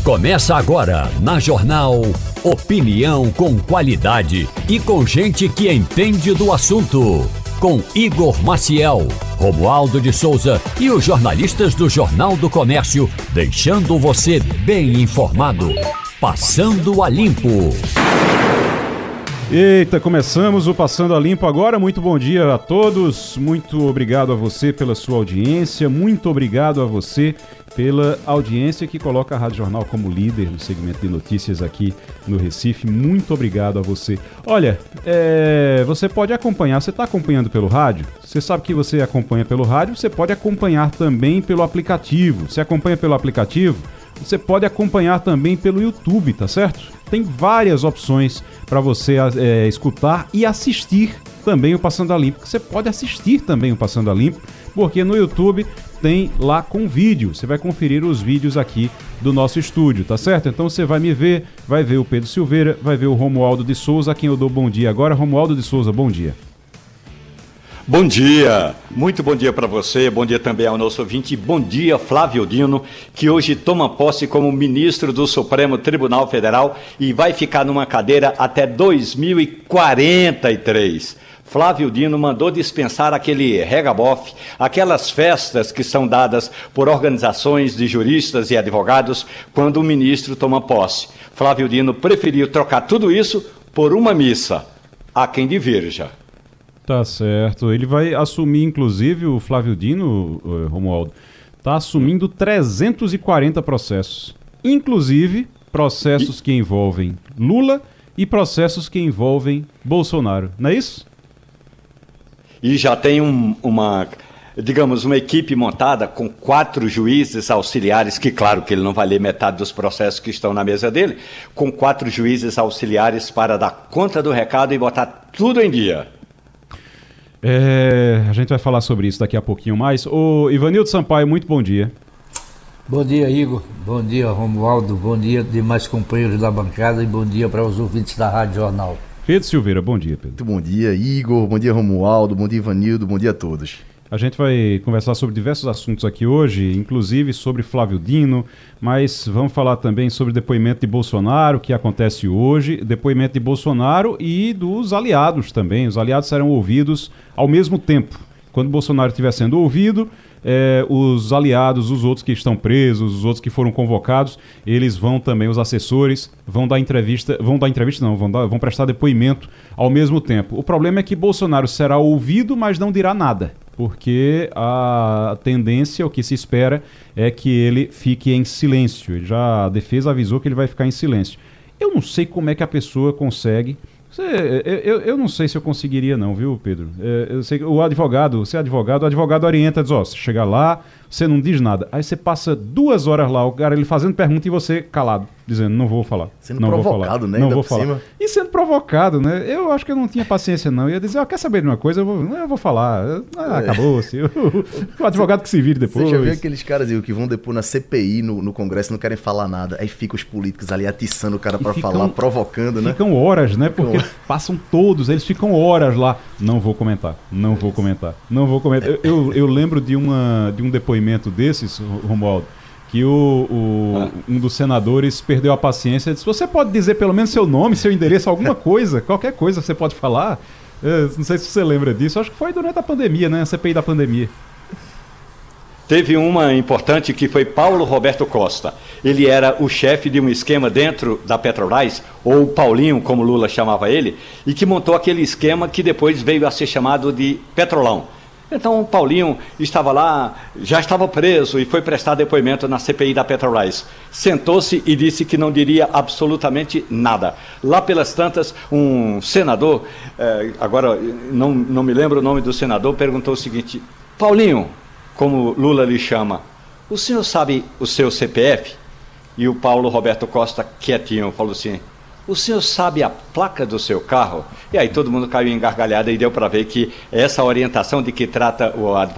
Começa agora na Jornal Opinião com qualidade e com gente que entende do assunto. Com Igor Maciel, Romualdo de Souza e os jornalistas do Jornal do Comércio, deixando você bem informado. Passando a Limpo. Eita, começamos o Passando a Limpo agora. Muito bom dia a todos. Muito obrigado a você pela sua audiência. Muito obrigado a você pela audiência que coloca a Rádio Jornal como líder no segmento de notícias aqui no Recife. Muito obrigado a você. Olha, você pode acompanhar, você está acompanhando pelo rádio? Você sabe que você acompanha pelo rádio, você pode acompanhar também pelo aplicativo. Você acompanha pelo aplicativo? Você pode acompanhar também pelo YouTube, tá certo? Tem várias opções para você escutar e assistir também o Passando a Limpo. Você pode assistir também o Passando a Limpo, porque no YouTube tem lá com vídeo. Você vai conferir os vídeos aqui do nosso estúdio, tá certo? Então você vai me ver, vai ver o Pedro Silveira, vai ver o Romualdo de Souza, a quem eu dou bom dia agora. Romualdo de Souza, bom dia. Bom dia, muito bom dia para você, bom dia também ao nosso ouvinte, bom dia Flávio Dino, que hoje toma posse como ministro do Supremo Tribunal Federal e vai ficar numa cadeira até 2043. Flávio Dino mandou dispensar aquele regabof, aquelas festas que são dadas por organizações de juristas e advogados quando o ministro toma posse. Flávio Dino preferiu trocar tudo isso por uma missa, a quem divirja. Tá certo. Ele vai assumir, inclusive, o Flávio Dino, Romualdo, está assumindo 340 processos. Inclusive, processos que envolvem Lula e processos que envolvem Bolsonaro. Não é isso? E já tem uma equipe montada com 4 juízes auxiliares, que claro que ele não vai ler metade dos processos que estão na mesa dele, com 4 juízes auxiliares para dar conta do recado e botar tudo em dia. A gente vai falar sobre isso daqui a pouquinho mais. Ô Ivanildo Sampaio, muito bom dia. Bom dia, Igor. Bom dia, Romualdo. Bom dia, demais companheiros da bancada e bom dia para os ouvintes da Rádio Jornal. Pedro Silveira, bom dia, Pedro. Muito bom dia, Igor. Bom dia, Romualdo. Bom dia, Ivanildo. Bom dia a todos. A gente vai conversar sobre diversos assuntos aqui hoje, inclusive sobre Flávio Dino, mas vamos falar também sobre o depoimento de Bolsonaro, que acontece hoje, depoimento de Bolsonaro e dos aliados também. Os aliados serão ouvidos ao mesmo tempo. Quando Bolsonaro estiver sendo ouvido, os aliados, os outros que estão presos, os outros que foram convocados, eles vão também, os assessores, vão prestar depoimento ao mesmo tempo. O problema é que Bolsonaro será ouvido, mas não dirá nada, porque a tendência, o que se espera, é que ele fique em silêncio. A defesa avisou que ele vai ficar em silêncio. Eu não sei como é que a pessoa consegue... Eu não sei se eu conseguiria não, viu, Pedro? Eu sei que o advogado orienta, diz, você chega lá, você não diz nada. Aí você passa 2 horas lá, o cara ele fazendo pergunta e você calado, dizendo, não vou falar. Sendo não provocado, vou falar, né? Não Ainda vou por falar. cima. E sendo provocado, né? Eu acho que eu não tinha paciência não. Eu ia dizer, quer saber de uma coisa? Eu vou falar. Acabou-se. O advogado que se vire depois. Você já viu aqueles caras que vão depor na CPI, no Congresso, não querem falar nada. Aí ficam os políticos ali atiçando o cara pra falar, provocando, né? Ficam horas, né? Porque passam todos, eles ficam horas lá. Não vou comentar. Eu lembro de um depoimento desses, Romualdo, que um dos senadores perdeu a paciência e disse, você pode dizer pelo menos seu nome, seu endereço, alguma coisa, qualquer coisa você pode falar. Não sei se você lembra disso, acho que foi durante a pandemia, né? A CPI da pandemia. Teve uma importante que foi Paulo Roberto Costa. Ele era o chefe de um esquema dentro da Petrobras, ou Paulinho, como Lula chamava ele, e que montou aquele esquema que depois veio a ser chamado de Petrolão. Então o Paulinho estava lá, já estava preso e foi prestar depoimento na CPI da Petrobras. Sentou-se e disse que não diria absolutamente nada. Lá pelas tantas, um senador, agora não me lembro o nome do senador, perguntou o seguinte, Paulinho, como Lula lhe chama, o senhor sabe o seu CPF? E o Paulo Roberto Costa, quietinho, falou assim, o senhor sabe a placa do seu carro? E aí todo mundo caiu em gargalhada e deu para ver que essa orientação de que tratam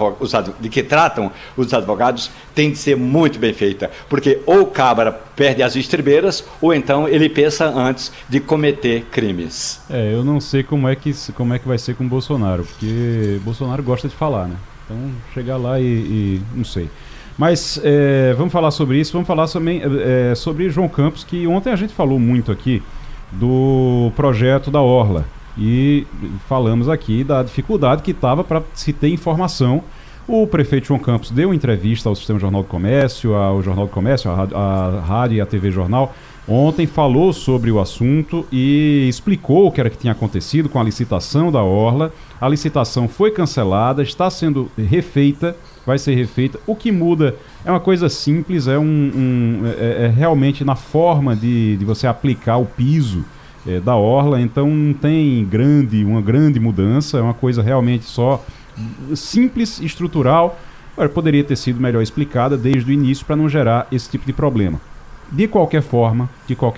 os advogados tem de ser muito bem feita, porque ou o cabra perde as estribeiras ou então ele pensa antes de cometer crimes. Eu não sei como é que vai ser com o Bolsonaro, porque Bolsonaro gosta de falar, né? Então chegar lá e não sei. Mas vamos falar sobre isso, vamos falar também sobre João Campos, que ontem a gente falou muito aqui do projeto da Orla e falamos aqui da dificuldade que estava para se ter informação. O prefeito João Campos deu entrevista ao Sistema Jornal do Comércio, ao Jornal do Comércio, à Rádio e à TV Jornal. Ontem falou sobre o assunto e explicou o que era que tinha acontecido com a licitação da Orla. A licitação foi cancelada, está sendo refeita, vai ser refeita. O que muda é uma coisa simples, é realmente na forma de você aplicar o piso da Orla. Então não tem uma grande mudança, é uma coisa realmente só simples, estrutural. Poderia ter sido melhor explicada desde o início para não gerar esse tipo de problema. De qualquer forma,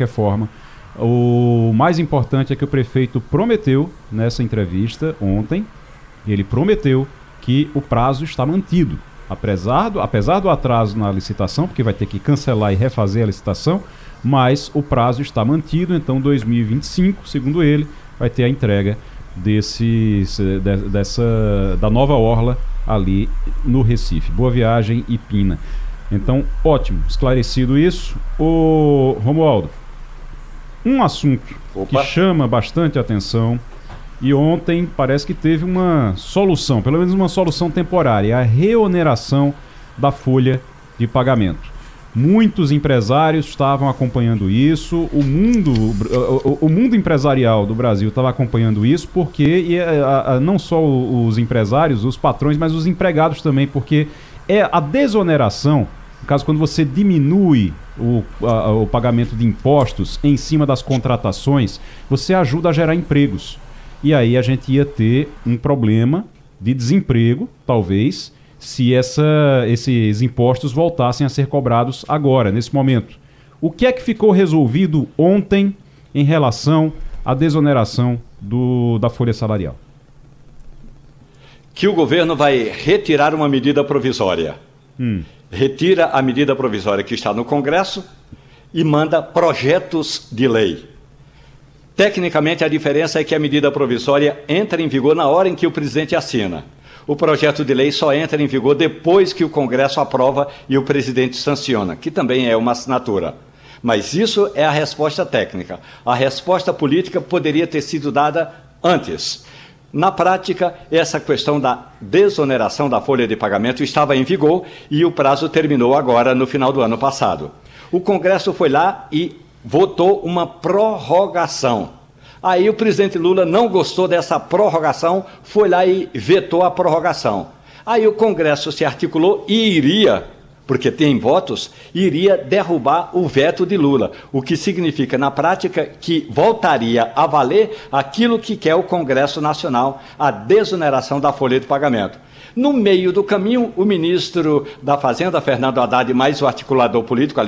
o mais importante é que o prefeito prometeu nessa entrevista ontem, ele prometeu que o prazo está mantido. Apesar do atraso na licitação, porque vai ter que cancelar e refazer a licitação, mas o prazo está mantido, então 2025, segundo ele, vai ter a entrega da nova Orla ali no Recife. Boa Viagem e Pina. Então, ótimo, esclarecido isso. Ô Romualdo, um assunto que chama bastante atenção e ontem parece que teve uma solução, pelo menos uma solução temporária, a reoneração da folha de pagamento. Muitos empresários estavam acompanhando isso, o mundo empresarial do Brasil estava acompanhando isso, porque não só os empresários, os patrões, mas os empregados também, porque a desoneração, no caso, quando você diminui o pagamento de impostos em cima das contratações, você ajuda a gerar empregos. E aí a gente ia ter um problema de desemprego, talvez, se esses impostos voltassem a ser cobrados agora, nesse momento. O que é que ficou resolvido ontem em relação à desoneração da folha salarial? Que o governo vai retirar uma medida provisória. Retira a medida provisória que está no Congresso e manda projetos de lei. Tecnicamente, a diferença é que a medida provisória entra em vigor na hora em que o presidente assina. O projeto de lei só entra em vigor depois que o Congresso aprova e o presidente sanciona, que também é uma assinatura. Mas isso é a resposta técnica. A resposta política poderia ter sido dada antes. Na prática, essa questão da desoneração da folha de pagamento estava em vigor e o prazo terminou agora no final do ano passado. O Congresso foi lá e votou uma prorrogação. Aí o presidente Lula não gostou dessa prorrogação, foi lá e vetou a prorrogação. Aí o Congresso se articulou e iria, porque tem votos, iria derrubar o veto de Lula, o que significa, na prática, que voltaria a valer aquilo que quer o Congresso Nacional, a desoneração da folha de pagamento. No meio do caminho, o ministro da Fazenda, Fernando Haddad, mais o articulador político,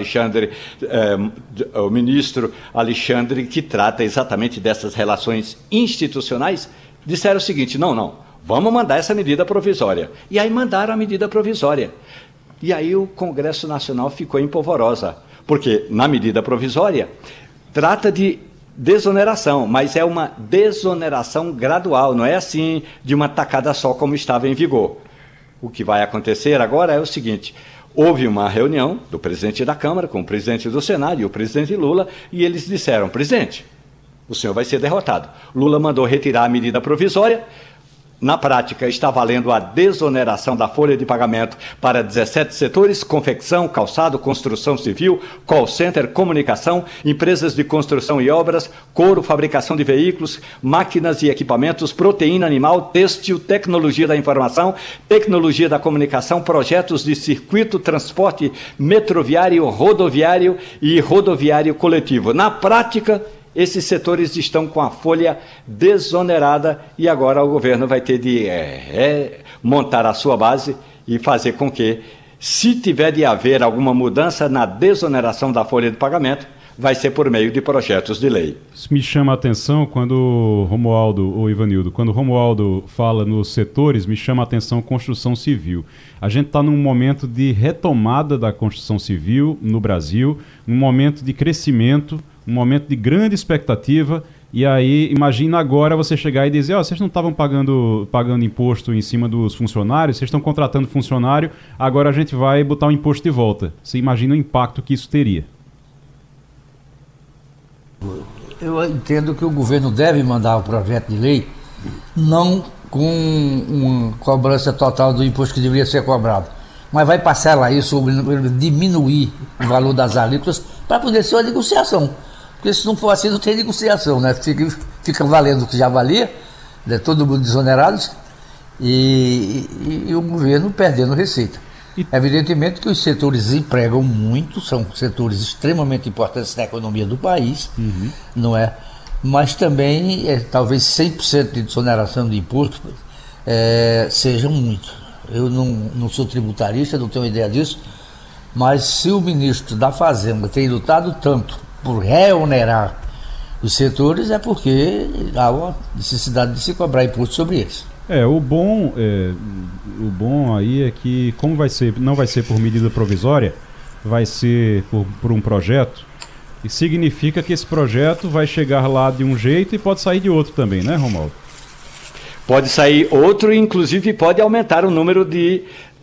o ministro Alexandre, que trata exatamente dessas relações institucionais, disseram o seguinte: não, vamos mandar essa medida provisória. E aí mandaram a medida provisória. E aí o Congresso Nacional ficou em polvorosa, porque na medida provisória trata de desoneração, mas é uma desoneração gradual, não é assim de uma tacada só como estava em vigor. O que vai acontecer agora é o seguinte: houve uma reunião do presidente da Câmara com o presidente do Senado e o presidente Lula, e eles disseram: presidente, o senhor vai ser derrotado. Lula mandou retirar a medida provisória. Na prática, está valendo a desoneração da folha de pagamento para 17 setores: confecção, calçado, construção civil, call center, comunicação, empresas de construção e obras, couro, fabricação de veículos, máquinas e equipamentos, proteína animal, têxtil, tecnologia da informação, tecnologia da comunicação, projetos de circuito, transporte metroviário, rodoviário e rodoviário coletivo. Na prática, esses setores estão com a folha desonerada e agora o governo vai ter de montar a sua base e fazer com que, se tiver de haver alguma mudança na desoneração da folha de pagamento, vai ser por meio de projetos de lei. Isso me chama a atenção quando Ivanildo, quando o Romualdo fala nos setores, me chama a atenção construção civil. A gente está num momento de retomada da construção civil no Brasil, num momento de crescimento, um momento de grande expectativa, E aí, imagina agora você chegar e dizer, vocês não estavam pagando imposto em cima dos funcionários, vocês estão contratando funcionário, agora a gente vai botar o imposto de volta. Você imagina o impacto que isso teria? Eu entendo que o governo deve mandar o projeto de lei, não com uma cobrança total do imposto que deveria ser cobrado, mas vai parcelar isso, diminuir o valor das alíquotas para poder ser uma negociação. Porque se não for assim, não tem negociação, né? Fica valendo o que já valia, né? Todo mundo desonerado e o governo perdendo receita. Evidentemente que os setores empregam muito, são setores extremamente importantes na economia do país, não é? Mas também, talvez 100% de desoneração de imposto seja muito. Eu não sou tributarista, não tenho ideia disso, mas se o ministro da Fazenda tem lutado tanto por reonerar os setores, é porque há uma necessidade de se cobrar imposto sobre eles. O bom aí é que, como não vai ser por medida provisória, vai ser por um projeto, e significa que esse projeto vai chegar lá de um jeito e pode sair de outro também, né, Romualdo? Pode sair outro, inclusive pode aumentar o número de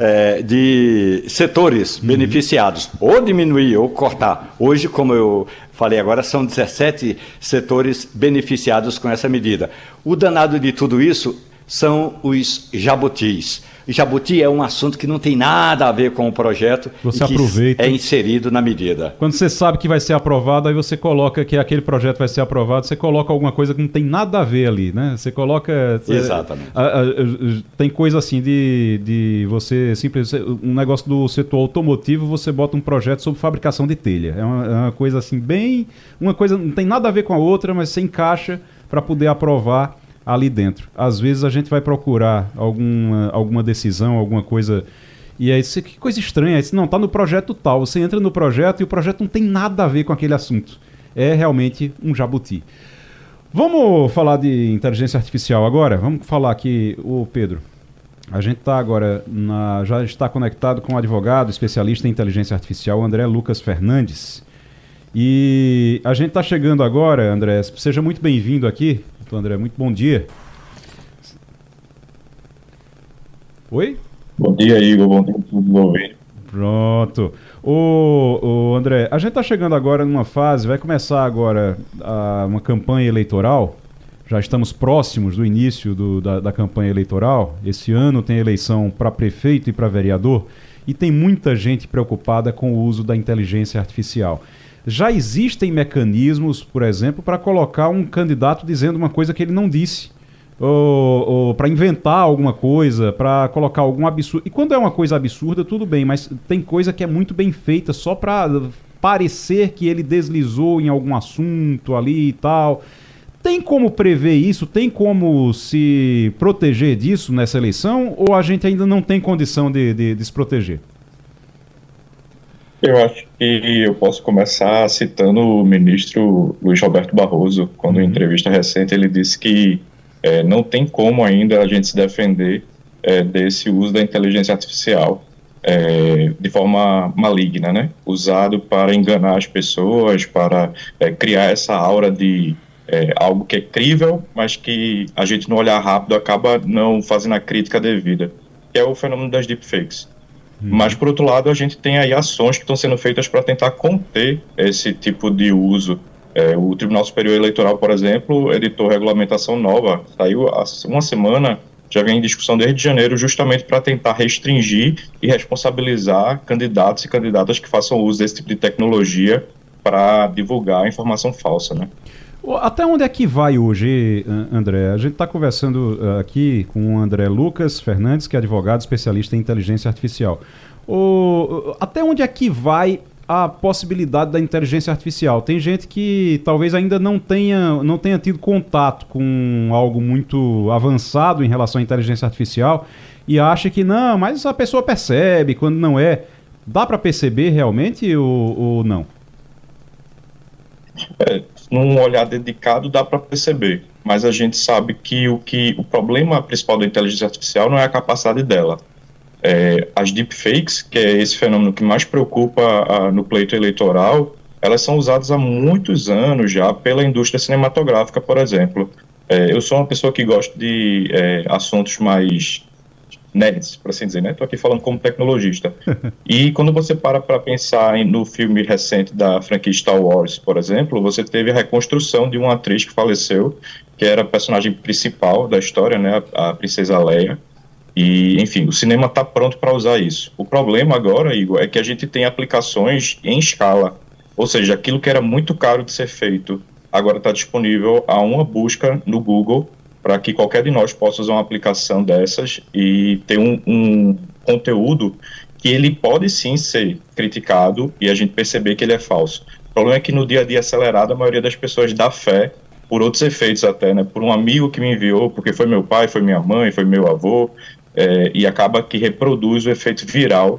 setores beneficiados, ou diminuir, ou cortar. Hoje, como eu falei agora, são 17 setores beneficiados com essa medida. O danado de tudo isso são os jabutis. O jabuti é um assunto que não tem nada a ver com o projeto você e que aproveita. É inserido na medida. Quando você sabe que vai ser aprovado, aí você coloca que aquele projeto vai ser aprovado, você coloca alguma coisa que não tem nada a ver ali, né? Você coloca... Exatamente. Tem coisa assim de você simplesmente... Um negócio do setor automotivo, você bota um projeto sobre fabricação de telha. É uma coisa assim bem... Uma coisa não tem nada a ver com a outra, mas você encaixa para poder aprovar ali dentro. Às vezes a gente vai procurar alguma decisão, alguma coisa, e aí você, que coisa estranha, não, tá no projeto tal, você entra no projeto e o projeto não tem nada a ver com aquele assunto. É realmente um jabuti. Vamos falar de inteligência artificial agora? Vamos falar aqui, Pedro, a gente está agora, já está conectado com um advogado especialista em inteligência artificial, André Lucas Fernandes, e a gente está chegando agora, André, seja muito bem-vindo aqui. Então, André, muito bom dia. Oi? Bom dia, Igor. Bom dia a todos ouvintes. Pronto. André, a gente está chegando agora numa fase, vai começar agora uma campanha eleitoral. Já estamos próximos do início da campanha eleitoral. Esse ano tem eleição para prefeito e para vereador e tem muita gente preocupada com o uso da inteligência artificial. Já existem mecanismos, por exemplo, para colocar um candidato dizendo uma coisa que ele não disse, ou para inventar alguma coisa, para colocar algum absurdo. E quando é uma coisa absurda, tudo bem, mas tem coisa que é muito bem feita só para parecer que ele deslizou em algum assunto ali e tal. Tem como prever isso? Tem como se proteger disso nessa eleição? Ou a gente ainda não tem condição de se proteger? Eu acho que eu posso começar citando o ministro Luiz Roberto Barroso, quando em entrevista recente ele disse que não tem como ainda a gente se defender desse uso da inteligência artificial de forma maligna, né? Usado para enganar as pessoas, para criar essa aura de algo que é crível, mas que a gente no olhar rápido acaba não fazendo a crítica devida, que é o fenômeno das deepfakes. Mas, por outro lado, a gente tem aí ações que estão sendo feitas para tentar conter esse tipo de uso. O Tribunal Superior Eleitoral, por exemplo, editou regulamentação nova, saiu há uma semana, já vem em discussão desde janeiro, justamente para tentar restringir e responsabilizar candidatos e candidatas que façam uso desse tipo de tecnologia para divulgar informação falsa, né? Até onde é que vai hoje, André? A gente está conversando aqui com o André Lucas Fernandes, que é advogado especialista em inteligência artificial. Até onde é que vai a possibilidade da inteligência artificial? Tem gente que talvez ainda não tenha tido contato com algo muito avançado em relação à inteligência artificial e acha que não, mas a pessoa percebe quando não é. Dá para perceber realmente ou não? Num olhar dedicado dá para perceber, mas a gente sabe que o problema principal da inteligência artificial não é a capacidade dela. As deepfakes, que é esse fenômeno que mais preocupa no pleito eleitoral, elas são usadas há muitos anos já pela indústria cinematográfica, por exemplo. Eu sou uma pessoa que gosta de assuntos mais nerds, por assim dizer, né? Estou aqui falando como tecnologista. E quando você para pensar no filme recente da franquia Star Wars, por exemplo, você teve a reconstrução de uma atriz que faleceu, que era a personagem principal da história, né? A princesa Leia. E, enfim, o cinema está pronto para usar isso. O problema agora, Igor, é que a gente tem aplicações em escala. Ou seja, aquilo que era muito caro de ser feito, agora está disponível a uma busca no Google para que qualquer de nós possa usar uma aplicação dessas e ter um conteúdo que ele pode sim ser criticado e a gente perceber que ele é falso. O problema é que no dia a dia acelerado, a maioria das pessoas dá fé, por outros efeitos até, né? Por um amigo que me enviou, porque foi meu pai, foi minha mãe, foi meu avô, e acaba que reproduz o efeito viral,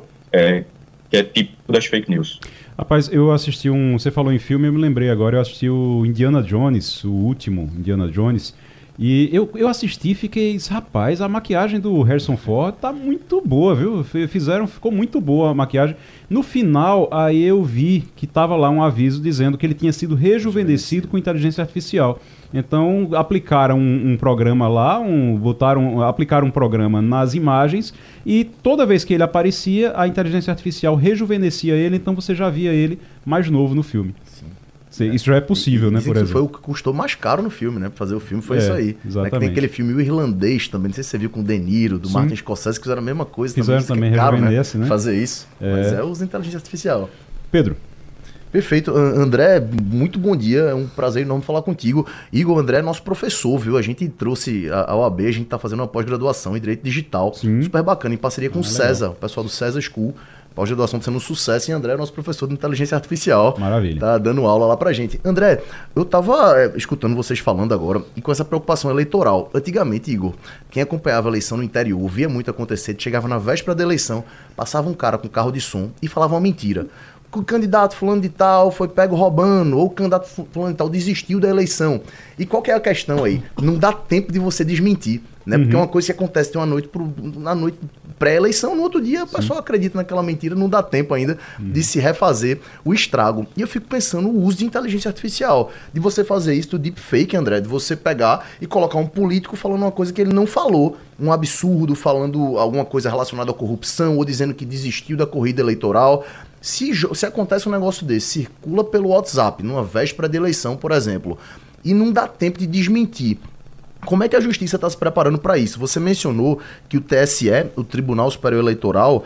que é típico das fake news. Rapaz, eu assisti você falou em filme, eu me lembrei agora, eu assisti o Indiana Jones, o último Indiana Jones, e eu assisti e fiquei, rapaz, a maquiagem do Harrison Ford tá muito boa, viu? Ficou muito boa a maquiagem. No final, aí eu vi que tava lá um aviso dizendo que ele tinha sido rejuvenescido com inteligência artificial. Então, aplicaram um programa lá, aplicaram um programa nas imagens e toda vez que ele aparecia, a inteligência artificial rejuvenescia ele, então você já via ele mais novo no filme. Isso já é possível, né, por exemplo. Isso foi o que custou mais caro no filme, né? Pra fazer o filme foi isso aí. Exatamente. Tem aquele filme O Irlandês também, não sei se você viu com o De Niro, do Martin Scorsese, que fizeram a mesma coisa. Fizeram também, rejuvenesce, né? Fazer isso. Mas uso inteligência artificial. Pedro. Perfeito. André, muito bom dia. É um prazer enorme falar contigo. Igor, André é nosso professor, viu? A gente trouxe a OAB, a gente tá fazendo uma pós-graduação em Direito Digital. Sim. Super bacana, em parceria com o César, o pessoal do César School. Pós-graduação sendo um sucesso, e André é nosso professor de inteligência artificial. Maravilha. Tá dando aula lá pra gente. André, eu tava escutando vocês falando agora, e com essa preocupação eleitoral. Antigamente, Igor, quem acompanhava a eleição no interior, via muito acontecer, chegava na véspera da eleição, passava um cara com carro de som e falava uma mentira. O candidato fulano de tal foi pego roubando, ou o candidato fulano de tal desistiu da eleição. E qual que é a questão aí? Não dá tempo de você desmentir, né? Porque é uma coisa que acontece de uma noite na noite pré-eleição, no outro dia a pessoa acredita naquela mentira, não dá tempo ainda de se refazer o estrago. E eu fico pensando no uso de inteligência artificial, de você fazer isso do deepfake, André, de você pegar e colocar um político falando uma coisa que ele não falou, um absurdo, falando alguma coisa relacionada à corrupção, ou dizendo que desistiu da corrida eleitoral. Se acontece um negócio desse, circula pelo WhatsApp, numa véspera de eleição, por exemplo, e não dá tempo de desmentir, como é que a Justiça está se preparando para isso? Você mencionou que o TSE, o Tribunal Superior Eleitoral,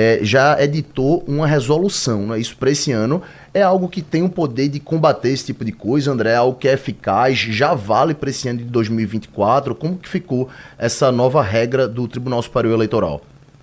já editou uma resolução, né? Isso para esse ano é algo que tem o poder de combater esse tipo de coisa, André, é algo que é eficaz, já vale para esse ano de 2024? Como que ficou essa nova regra do Tribunal Superior Eleitoral?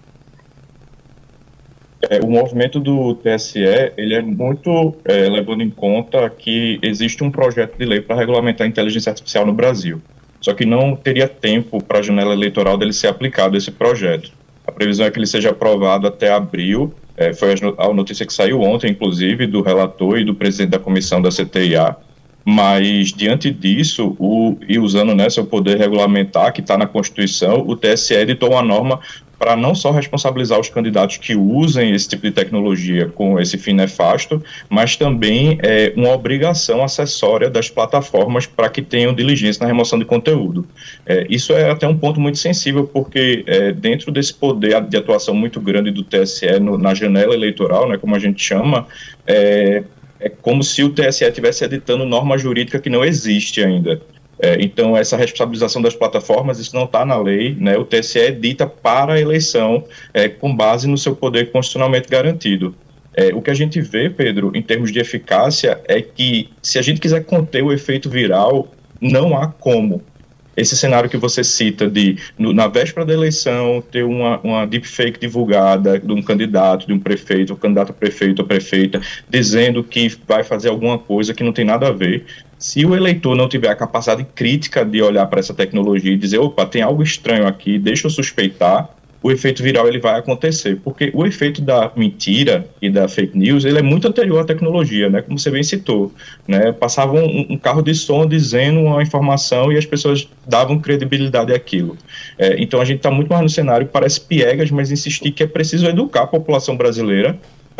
O movimento do TSE, ele é muito levando em conta que existe um projeto de lei para regulamentar a inteligência artificial no Brasil. Só que não teria tempo para a janela eleitoral dele ser aplicado esse projeto. A previsão é que ele seja aprovado até abril. Foi a notícia que saiu ontem, inclusive, do relator e do presidente da comissão da CTIA. Mas, diante disso, e usando seu poder regulamentar, que está na Constituição, o TSE editou uma norma para não só responsabilizar os candidatos que usem esse tipo de tecnologia com esse fim nefasto, mas também uma obrigação acessória das plataformas para que tenham diligência na remoção de conteúdo. Isso é até um ponto muito sensível, porque dentro desse poder de atuação muito grande do TSE na janela eleitoral, né, como a gente chama, é como se o TSE estivesse editando norma jurídica que não existe ainda. Então, essa responsabilização das plataformas, isso não está na lei, né? O TSE edita para a eleição com base no seu poder constitucionalmente garantido. O que a gente vê, Pedro, em termos de eficácia, é que se a gente quiser conter o efeito viral, não há como. Esse cenário que você cita na véspera da eleição, ter uma deepfake divulgada de um candidato, de um prefeito, candidato a prefeito ou prefeita, dizendo que vai fazer alguma coisa que não tem nada a ver. Se o eleitor não tiver a capacidade crítica de olhar para essa tecnologia e dizer, opa, tem algo estranho aqui, deixa eu suspeitar, o efeito viral ele vai acontecer, porque o efeito da mentira e da fake news, ele é muito anterior à tecnologia, né, como você bem citou, né, passava um carro de som dizendo uma informação e as pessoas davam credibilidade àquilo. Então a gente está muito mais no cenário, parece piegas, mas insistir que é preciso educar a população brasileira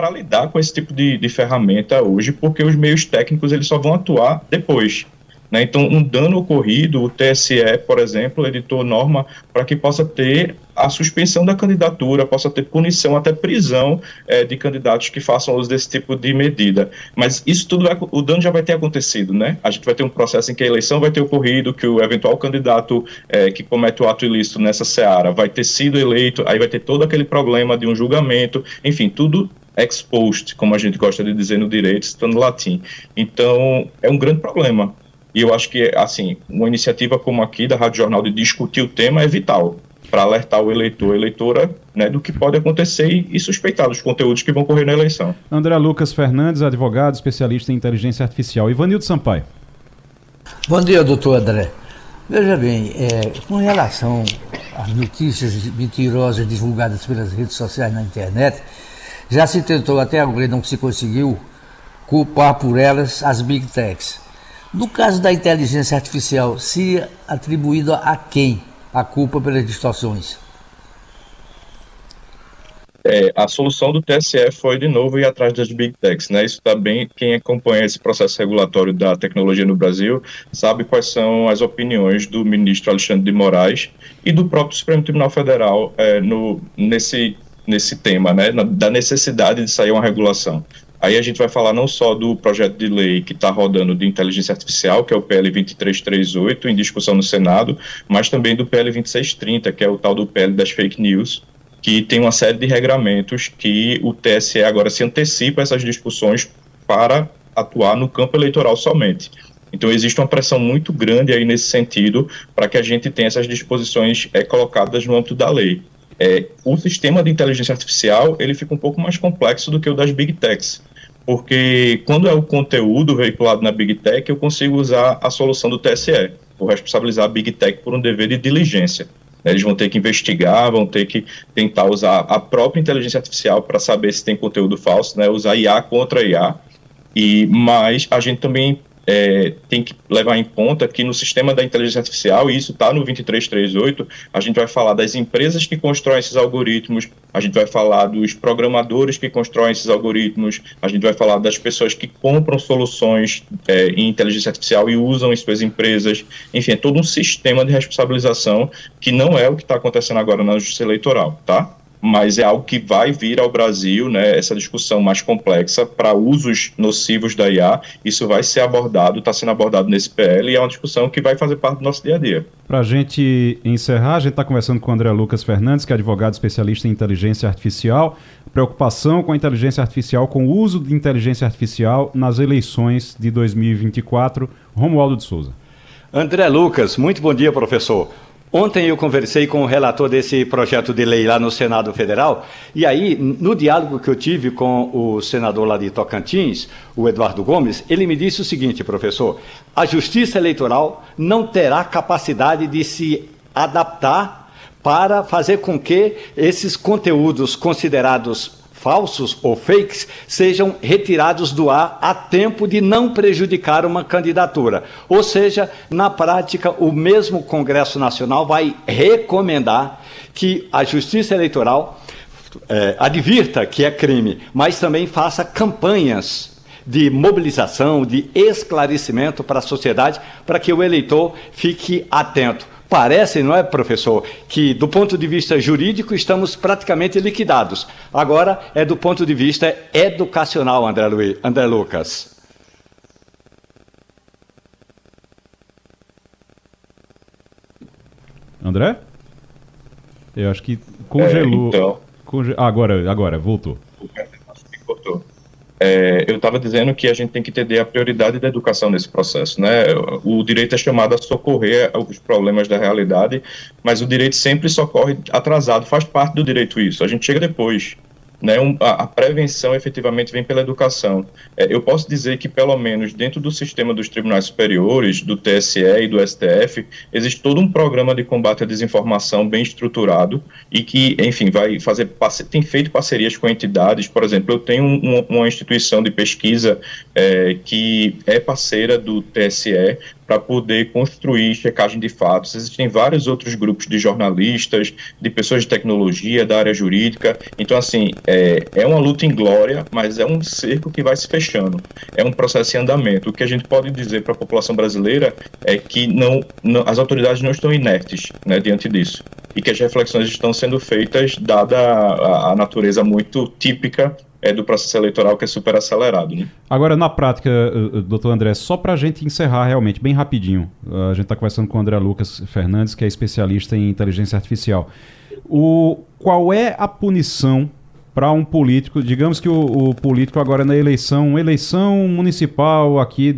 para lidar com esse tipo de ferramenta hoje, porque os meios técnicos eles só vão atuar depois. Né? Então, um dano ocorrido, o TSE, por exemplo, editou norma para que possa ter a suspensão da candidatura, possa ter punição, até prisão de candidatos que façam uso desse tipo de medida. Mas isso tudo, o dano já vai ter acontecido, né? A gente vai ter um processo em que a eleição vai ter ocorrido, que o eventual candidato que comete o ato ilícito nessa seara vai ter sido eleito, aí vai ter todo aquele problema de um julgamento, enfim, tudo ex post, como a gente gosta de dizer no direito, citando latim. Então, é um grande problema. E eu acho que, assim, uma iniciativa como aqui da Rádio Jornal de discutir o tema é vital para alertar o eleitor, a eleitora, né, do que pode acontecer e suspeitar dos conteúdos que vão ocorrer na eleição. André Lucas Fernandes, advogado, especialista em inteligência artificial. Ivanildo Sampaio. Bom dia, doutor André. Veja bem, com relação às notícias mentirosas divulgadas pelas redes sociais na internet, já se tentou até agora e não se conseguiu culpar por elas as Big Techs. No caso da inteligência artificial, seria atribuída a quem a culpa pelas distorções? A solução do TSE foi, de novo, ir atrás das Big Techs, né? Isso também, quem acompanha esse processo regulatório da tecnologia no Brasil, sabe quais são as opiniões do ministro Alexandre de Moraes e do próprio Supremo Tribunal Federal nesse tema, né? Da necessidade de sair uma regulação. Aí a gente vai falar não só do projeto de lei que está rodando de inteligência artificial, que é o PL 2338, em discussão no Senado, mas também do PL 2630, que é o tal do PL das fake news, que tem uma série de regramentos que o TSE agora se antecipa a essas discussões para atuar no campo eleitoral somente. Então existe uma pressão muito grande aí nesse sentido para que a gente tenha essas disposições colocadas no âmbito da lei. O sistema de inteligência artificial ele fica um pouco mais complexo do que o das Big Techs, porque quando é o conteúdo veiculado na Big Tech, eu consigo usar a solução do TSE, vou responsabilizar a Big Tech por um dever de diligência. Eles vão ter que investigar, vão ter que tentar usar a própria inteligência artificial para saber se tem conteúdo falso, né? Usar IA contra IA, mas a gente também tem que levar em conta que no sistema da inteligência artificial, e isso está no 2338, a gente vai falar das empresas que constroem esses algoritmos, a gente vai falar dos programadores que constroem esses algoritmos, a gente vai falar das pessoas que compram soluções em inteligência artificial e usam em suas empresas, enfim, é todo um sistema de responsabilização que não é o que está acontecendo agora na justiça eleitoral, tá? Mas é algo que vai vir ao Brasil, né, essa discussão mais complexa para usos nocivos da IA, isso vai ser abordado, está sendo abordado nesse PL e é uma discussão que vai fazer parte do nosso dia a dia. Para a gente encerrar, a gente está conversando com o André Lucas Fernandes, que é advogado especialista em inteligência artificial, preocupação com a inteligência artificial, com o uso de inteligência artificial nas eleições de 2024. Romualdo de Souza. André Lucas, muito bom dia, professor. Ontem eu conversei com o relator desse projeto de lei lá no Senado Federal, e aí, no diálogo que eu tive com o senador lá de Tocantins, o Eduardo Gomes, ele me disse o seguinte, professor: a Justiça Eleitoral não terá capacidade de se adaptar para fazer com que esses conteúdos considerados falsos ou fakes sejam retirados do ar a tempo de não prejudicar uma candidatura. Ou seja, na prática, o mesmo Congresso Nacional vai recomendar que a Justiça Eleitoral advirta que é crime, mas também faça campanhas de mobilização, de esclarecimento para a sociedade, para que o eleitor fique atento. Parece, não é, professor, que do ponto de vista jurídico estamos praticamente liquidados. Agora é do ponto de vista educacional, André Lucas. André? Eu acho que congelou. Agora, voltou. Cortou. Eu estava dizendo que a gente tem que entender a prioridade da educação nesse processo, né? O direito é chamado a socorrer os problemas da realidade, mas o direito sempre socorre atrasado, faz parte do direito isso, a gente chega depois, né? A prevenção efetivamente vem pela educação. Eu posso dizer que pelo menos dentro do sistema dos tribunais superiores, do TSE e do STF, existe todo um programa de combate à desinformação bem estruturado e que, enfim, tem feito parcerias com entidades. Por exemplo, eu tenho uma instituição de pesquisa que é parceira do TSE para poder construir checagem de fatos. Existem vários outros grupos de jornalistas, de pessoas de tecnologia, da área jurídica. Então, assim, é uma luta inglória, mas é um cerco que vai se fechando. É um processo em andamento. O que a gente pode dizer para a população brasileira é que as autoridades não estão inertes, né, diante disso. E que as reflexões estão sendo feitas, dada a natureza muito típica do processo eleitoral, que é super acelerado, né? Agora, na prática, doutor André, só para a gente encerrar realmente, bem rapidinho, a gente está conversando com o André Lucas Fernandes, que é especialista em inteligência artificial. Qual é a punição para um político? Digamos que o político agora na eleição municipal aqui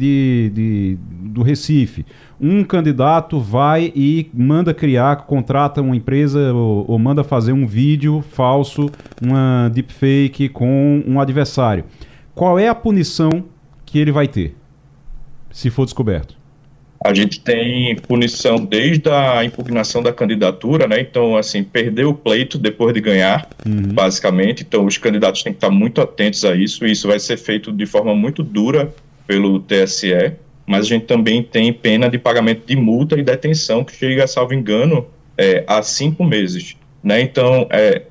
do Recife, um candidato vai e manda contrata uma empresa ou manda fazer um vídeo falso, uma deepfake com um adversário. Qual é a punição que ele vai ter, se for descoberto? A gente tem punição desde a impugnação da candidatura, né? Então, assim, perder o pleito depois de ganhar, basicamente. Então, os candidatos têm que estar muito atentos a isso, e isso vai ser feito de forma muito dura pelo TSE. Mas a gente também tem pena de pagamento de multa e detenção, que chega, salvo engano, a 5 meses. Né? Então,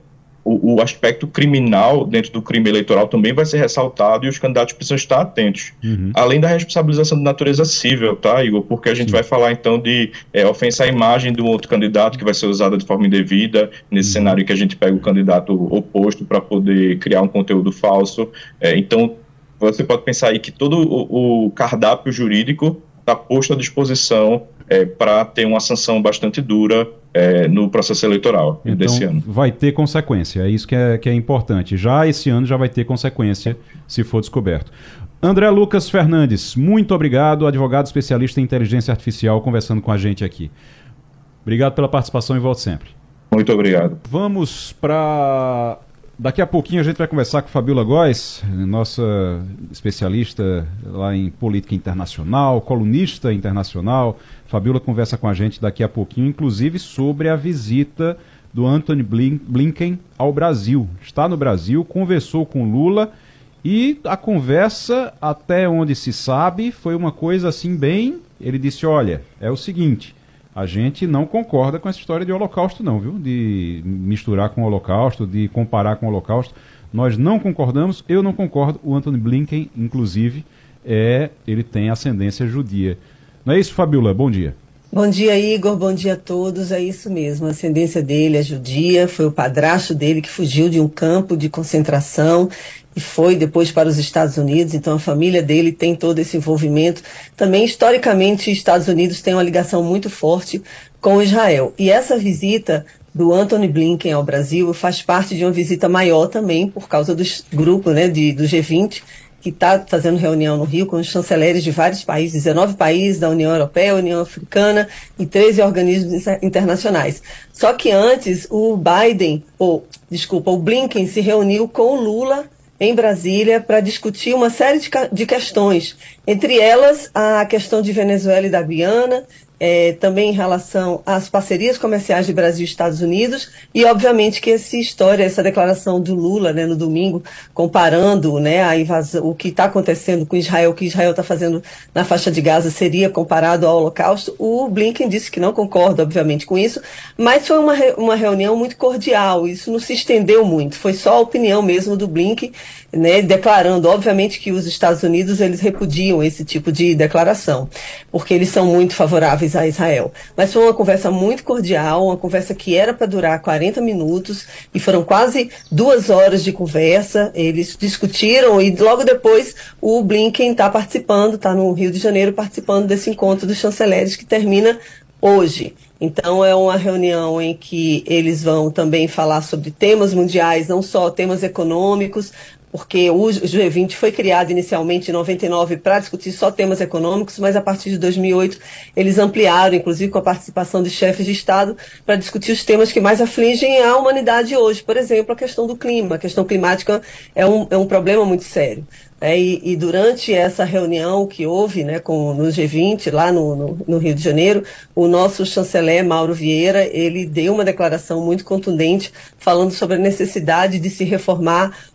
o aspecto criminal dentro do crime eleitoral também vai ser ressaltado, e os candidatos precisam estar atentos. Além da responsabilização de natureza civil, tá, Igor? Porque a gente vai falar, então, de ofensa à imagem de um outro candidato que vai ser usada de forma indevida, nesse cenário que a gente pega o candidato oposto para poder criar um conteúdo falso. Então, você pode pensar aí que todo o cardápio jurídico está posto à disposição para ter uma sanção bastante dura no processo eleitoral desse ano. Vai ter consequência, é isso que é importante. Já esse ano já vai ter consequência se for descoberto. André Lucas Fernandes, muito obrigado, advogado especialista em inteligência artificial, conversando com a gente aqui. Obrigado pela participação e volte sempre. Muito obrigado. Vamos para... Daqui a pouquinho a gente vai conversar com Fabíola Góes, nossa especialista lá em política internacional, colunista internacional. Fabíola conversa com a gente daqui a pouquinho, inclusive sobre a visita do Antony Blinken ao Brasil. Está no Brasil, conversou com Lula e a conversa, até onde se sabe, foi uma coisa assim bem... Ele disse, olha, é o seguinte... A gente não concorda com essa história de holocausto não, viu? De misturar com o holocausto, de comparar com o holocausto. Nós não concordamos, eu não concordo. O Antony Blinken, inclusive, ele tem ascendência judia. Não é isso, Fabíola? Bom dia. Bom dia, Igor. Bom dia a todos. É isso mesmo. A ascendência dele é judia. Foi o padrasto dele que fugiu de um campo de concentração e foi depois para os Estados Unidos. Então, a família dele tem todo esse envolvimento. Também, historicamente, os Estados Unidos têm uma ligação muito forte com Israel. E essa visita do Antony Blinken ao Brasil faz parte de uma visita maior também, por causa do grupo, né, do G20, que está fazendo reunião no Rio com os chanceleres de vários países, 19 países da União Europeia, União Africana e 13 organismos internacionais. Só que antes, o Blinken se reuniu com o Lula em Brasília para discutir uma série de questões, entre elas a questão de Venezuela e da Guiana, também em relação às parcerias comerciais de Brasil e Estados Unidos, e obviamente que essa declaração do Lula, né, no domingo, comparando, né, a invasão, o que está acontecendo com Israel, o que Israel está fazendo na faixa de Gaza seria comparado ao Holocausto. O Blinken disse que não concorda, obviamente, com isso, mas foi uma reunião muito cordial, isso não se estendeu muito, foi só a opinião mesmo do Blinken, né, declarando, obviamente, que os Estados Unidos eles repudiam esse tipo de declaração, porque eles são muito favoráveis a Israel. Mas foi uma conversa muito cordial, uma conversa que era para durar 40 minutos, e foram quase 2 horas de conversa. Eles discutiram e logo depois o Blinken está participando, está no Rio de Janeiro participando desse encontro dos chanceleres que termina hoje. Então é uma reunião em que eles vão também falar sobre temas mundiais, não só temas econômicos, porque o G20 foi criado inicialmente em 99 para discutir só temas econômicos, mas a partir de 2008 eles ampliaram, inclusive com a participação de chefes de Estado, para discutir os temas que mais afligem a humanidade hoje. Por exemplo, a questão do clima. A questão climática é um problema muito sério. E durante essa reunião que houve, né, no G20, lá no Rio de Janeiro, o nosso chanceler, Mauro Vieira, ele deu uma declaração muito contundente falando sobre a necessidade de se reformar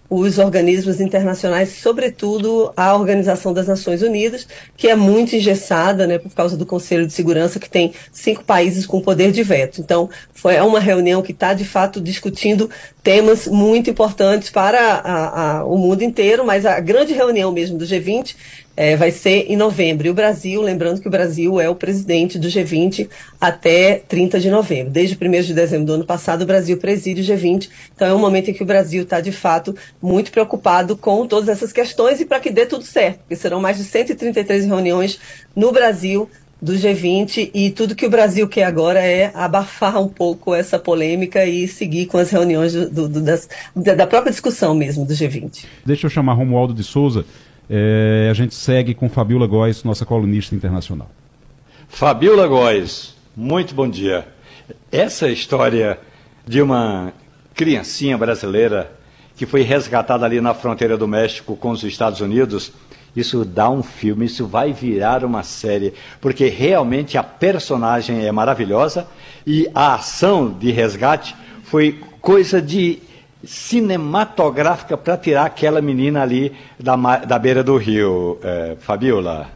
os organismos internacionais, sobretudo a Organização das Nações Unidas, que é muito engessada, né, por causa do Conselho de Segurança, que tem 5 países com poder de veto. Então, é uma reunião que está, de fato, discutindo temas muito importantes para o mundo inteiro, mas a grande reunião mesmo do G20 vai ser em novembro. E o Brasil, lembrando que o Brasil é o presidente do G20 até 30 de novembro. Desde o 1º de dezembro do ano passado, o Brasil preside o G20. Então é um momento em que o Brasil está, de fato, muito preocupado com todas essas questões e para que dê tudo certo, porque serão mais de 133 reuniões no Brasil do G20 e tudo que o Brasil quer agora é abafar um pouco essa polêmica e seguir com as reuniões da própria discussão mesmo do G20. Deixa eu chamar Romualdo de Souza. A gente segue com Fabiola Góes, nossa colunista internacional. Fabiola Góes, muito bom dia. Essa história de uma criancinha brasileira que foi resgatada ali na fronteira do México com os Estados Unidos, isso dá um filme, isso vai virar uma série, porque realmente a personagem é maravilhosa e a ação de resgate foi coisa de cinematográfica para tirar aquela menina ali da beira do rio, Fabiola.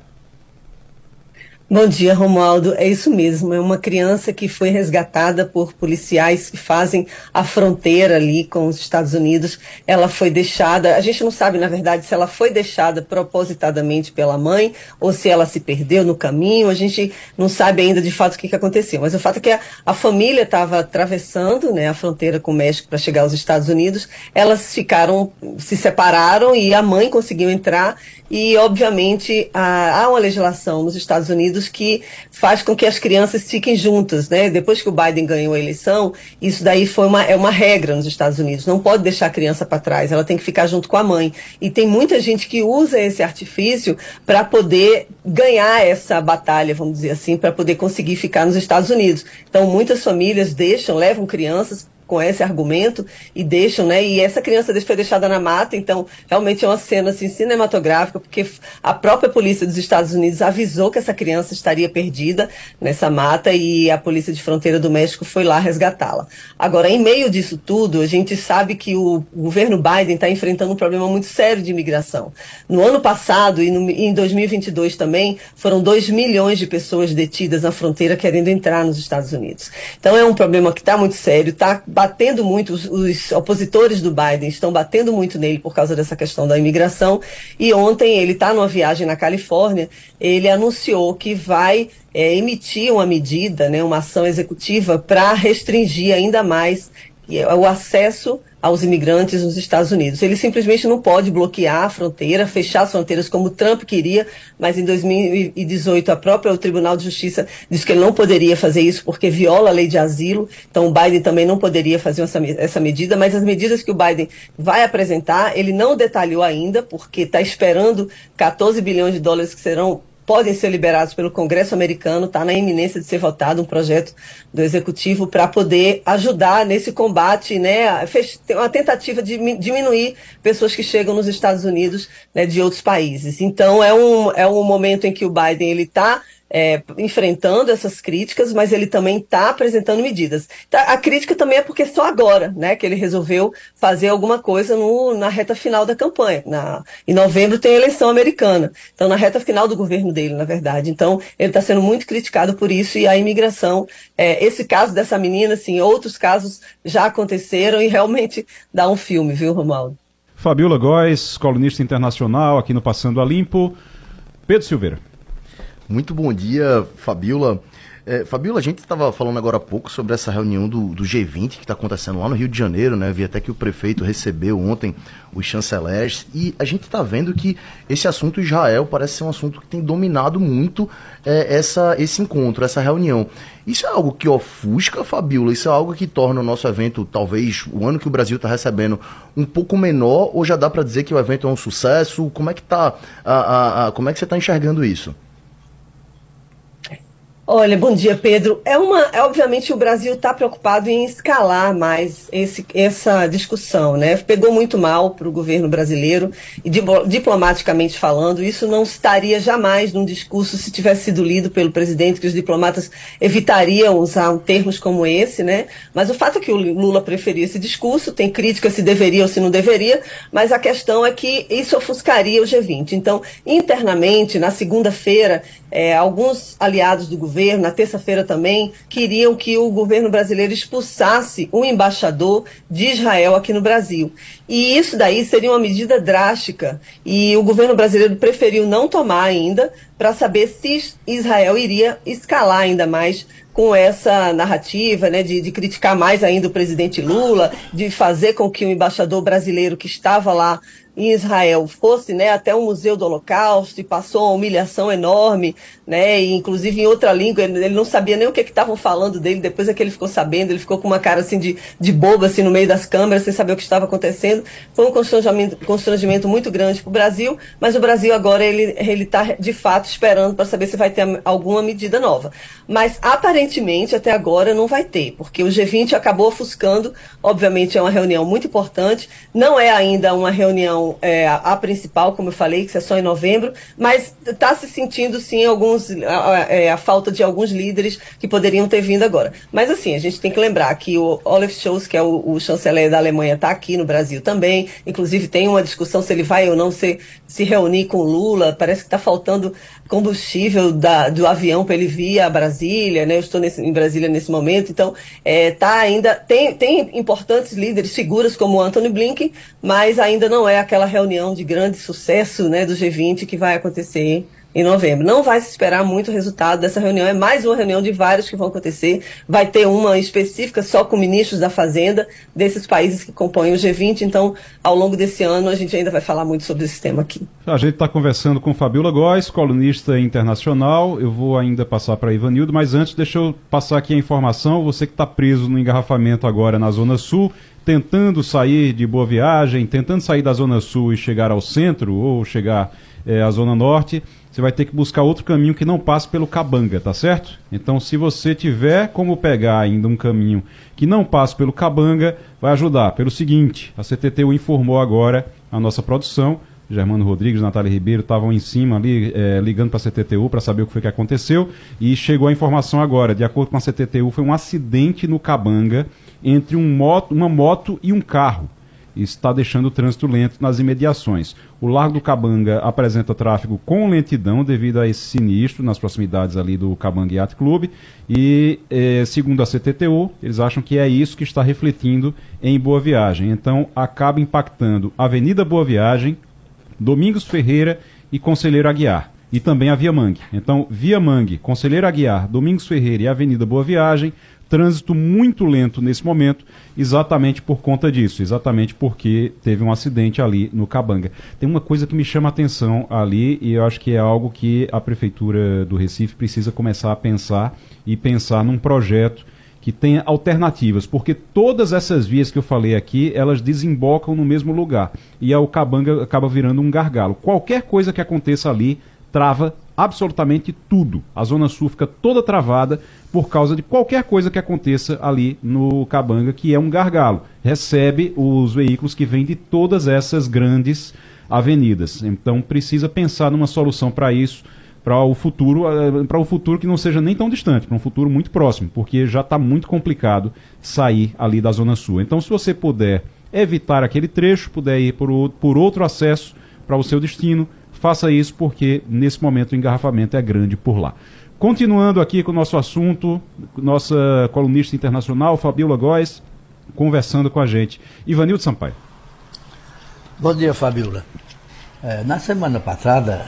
Bom dia, Romualdo. É isso mesmo, é uma criança que foi resgatada por policiais que fazem a fronteira ali com os Estados Unidos. Ela foi deixada, a gente não sabe, na verdade, se ela foi deixada propositadamente pela mãe ou se ela se perdeu no caminho. A gente não sabe ainda de fato o que aconteceu, mas o fato é que a família estava atravessando, né, a fronteira com o México para chegar aos Estados Unidos. Elas se separaram e a mãe conseguiu entrar. E, obviamente, há uma legislação nos Estados Unidos que faz com que as crianças fiquem juntas, né? Depois que o Biden ganhou a eleição, isso daí é uma regra nos Estados Unidos. Não pode deixar a criança para trás, ela tem que ficar junto com a mãe. E tem muita gente que usa esse artifício para poder ganhar essa batalha, vamos dizer assim, para poder conseguir ficar nos Estados Unidos. Então, muitas famílias levam crianças com esse argumento e deixam, né? E essa criança foi deixada na mata, então realmente é uma cena assim, cinematográfica, porque a própria polícia dos Estados Unidos avisou que essa criança estaria perdida nessa mata e a polícia de fronteira do México foi lá resgatá-la. Agora, em meio disso tudo, a gente sabe que o governo Biden está enfrentando um problema muito sério de imigração. No ano passado e em 2022 também, foram 2 milhões de pessoas detidas na fronteira querendo entrar nos Estados Unidos. Então é um problema que está muito sério, está batendo muito, os opositores do Biden estão batendo muito nele por causa dessa questão da imigração, e ontem ele está numa viagem na Califórnia, ele anunciou que vai emitir uma medida, né, uma ação executiva para restringir ainda mais o acesso aos imigrantes nos Estados Unidos. Ele simplesmente não pode bloquear a fronteira, fechar as fronteiras como Trump queria, mas em 2018 o Tribunal de Justiça disse que ele não poderia fazer isso porque viola a lei de asilo, então o Biden também não poderia fazer essa medida, mas as medidas que o Biden vai apresentar, ele não detalhou ainda, porque está esperando 14 bilhões de dólares que podem ser liberados pelo Congresso americano, está na iminência de ser votado um projeto do Executivo para poder ajudar nesse combate, né, uma tentativa de diminuir pessoas que chegam nos Estados Unidos, né, de outros países. Então é um momento em que o Biden ele está enfrentando essas críticas, mas ele também está apresentando medidas. A crítica também é porque só agora, né, que ele resolveu fazer alguma coisa na reta final da campanha. Em novembro tem a eleição americana, então na reta final do governo dele, na verdade. Então ele está sendo muito criticado por isso, e a imigração, esse caso dessa menina, assim, outros casos já aconteceram e realmente dá um filme, viu, Romualdo? Fabiola Góes, colunista internacional aqui no Passando a Limpo. Pedro Silveira. Muito bom dia, Fabiola. Fabiola, a gente estava falando agora há pouco sobre essa reunião do G20 que está acontecendo lá no Rio de Janeiro, né? Vi até que o prefeito recebeu ontem os chanceleres, e a gente está vendo que esse assunto Israel parece ser um assunto que tem dominado muito esse encontro, essa reunião. Isso é algo que ofusca, Fabiola? Isso é algo que torna o nosso evento, talvez, o ano que o Brasil está recebendo, um pouco menor, ou já dá para dizer que o evento é um sucesso? Como é que você está enxergando isso? Olha, bom dia, Pedro. Obviamente o Brasil está preocupado em escalar mais essa discussão, né? Pegou muito mal para o governo brasileiro e diplomaticamente falando, isso não estaria jamais num discurso se tivesse sido lido pelo presidente, que os diplomatas evitariam usar termos como esse, né? Mas o fato é que o Lula preferia esse discurso, tem crítica se deveria ou se não deveria, mas a questão é que isso ofuscaria o G20. Então, internamente, na segunda-feira, alguns aliados do governo, na terça-feira também, queriam que o governo brasileiro expulsasse o embaixador de Israel aqui no Brasil. E isso daí seria uma medida drástica, e o governo brasileiro preferiu não tomar ainda, para saber se Israel iria escalar ainda mais com essa narrativa, né, de criticar mais ainda o presidente Lula, de fazer com que o embaixador brasileiro que estava lá em Israel fosse, né, até o Museu do Holocausto e passou uma humilhação enorme, né, e inclusive em outra língua, ele não sabia nem o que estavam falando dele, depois é que ele ficou sabendo, ele ficou com uma cara assim de bobo assim no meio das câmeras, sem saber o que estava acontecendo. Foi um constrangimento muito grande para o Brasil, mas o Brasil agora ele está de fato esperando para saber se vai ter alguma medida nova. Mas aparentemente até agora não vai ter, porque o G20 acabou ofuscando, obviamente é uma reunião muito importante, não é ainda uma reunião a principal, como eu falei, que é só em novembro, mas está se sentindo sim a falta de alguns líderes que poderiam ter vindo agora. Mas assim, a gente tem que lembrar que o Olaf Scholz, que é o chanceler da Alemanha, está aqui no Brasil também, inclusive tem uma discussão se ele vai ou não se reunir com o Lula, parece que está faltando combustível do avião para ele vir a Brasília, né? Eu estou em Brasília nesse momento, então tem importantes líderes, figuras como o Antony Blinken, mas ainda não é aquela reunião de grande sucesso, né, do G20 que vai acontecer em novembro. Não vai se esperar muito resultado dessa reunião, é mais uma reunião de várias que vão acontecer, vai ter uma específica só com ministros da Fazenda desses países que compõem o G20, então ao longo desse ano a gente ainda vai falar muito sobre esse tema aqui. A gente está conversando com Fabiola Góes, colunista internacional, eu vou ainda passar para Ivanildo, mas antes deixa eu passar aqui a informação, você que está preso no engarrafamento agora na Zona Sul, tentando sair de Boa Viagem, tentando sair da Zona Sul e chegar ao centro, ou chegar à Zona Norte, você vai ter que buscar outro caminho que não passe pelo Cabanga, tá certo? Então, se você tiver como pegar ainda um caminho que não passe pelo Cabanga, vai ajudar. Pelo seguinte, a CTTU informou agora a nossa produção, Germano Rodrigues, Natália Ribeiro estavam em cima ali, ligando para a CTTU para saber o que foi que aconteceu, e chegou a informação agora, de acordo com a CTTU, foi um acidente no Cabanga entre uma moto e um carro. Está deixando o trânsito lento nas imediações. O Largo do Cabanga apresenta tráfego com lentidão devido a esse sinistro nas proximidades ali do Cabanga Yacht Club e, segundo a CTTU, eles acham que é isso que está refletindo em Boa Viagem. Então, acaba impactando a Avenida Boa Viagem, Domingos Ferreira e Conselheiro Aguiar. E também a Via Mangue. Então, Via Mangue, Conselheiro Aguiar, Domingos Ferreira e Avenida Boa Viagem, trânsito muito lento nesse momento, exatamente por conta disso, exatamente porque teve um acidente ali no Cabanga. Tem uma coisa que me chama a atenção ali, e eu acho que é algo que a Prefeitura do Recife precisa começar a pensar, e pensar num projeto que tenha alternativas, porque todas essas vias que eu falei aqui, elas desembocam no mesmo lugar, e o Cabanga acaba virando um gargalo. Qualquer coisa que aconteça ali, trava absolutamente tudo. A Zona Sul fica toda travada por causa de qualquer coisa que aconteça ali no Cabanga, que é um gargalo. Recebe os veículos que vêm de todas essas grandes avenidas. Então precisa pensar numa solução para isso, para o futuro que não seja nem tão distante, para um futuro muito próximo, porque já está muito complicado sair ali da Zona Sul. Então, se você puder evitar aquele trecho, puder ir por outro acesso para o seu destino, faça isso, porque nesse momento o engarrafamento é grande por lá. Continuando aqui com o nosso assunto, nossa colunista internacional, Fabiola Góes, conversando com a gente. Ivanildo Sampaio. Bom dia, Fabiola. Na semana passada,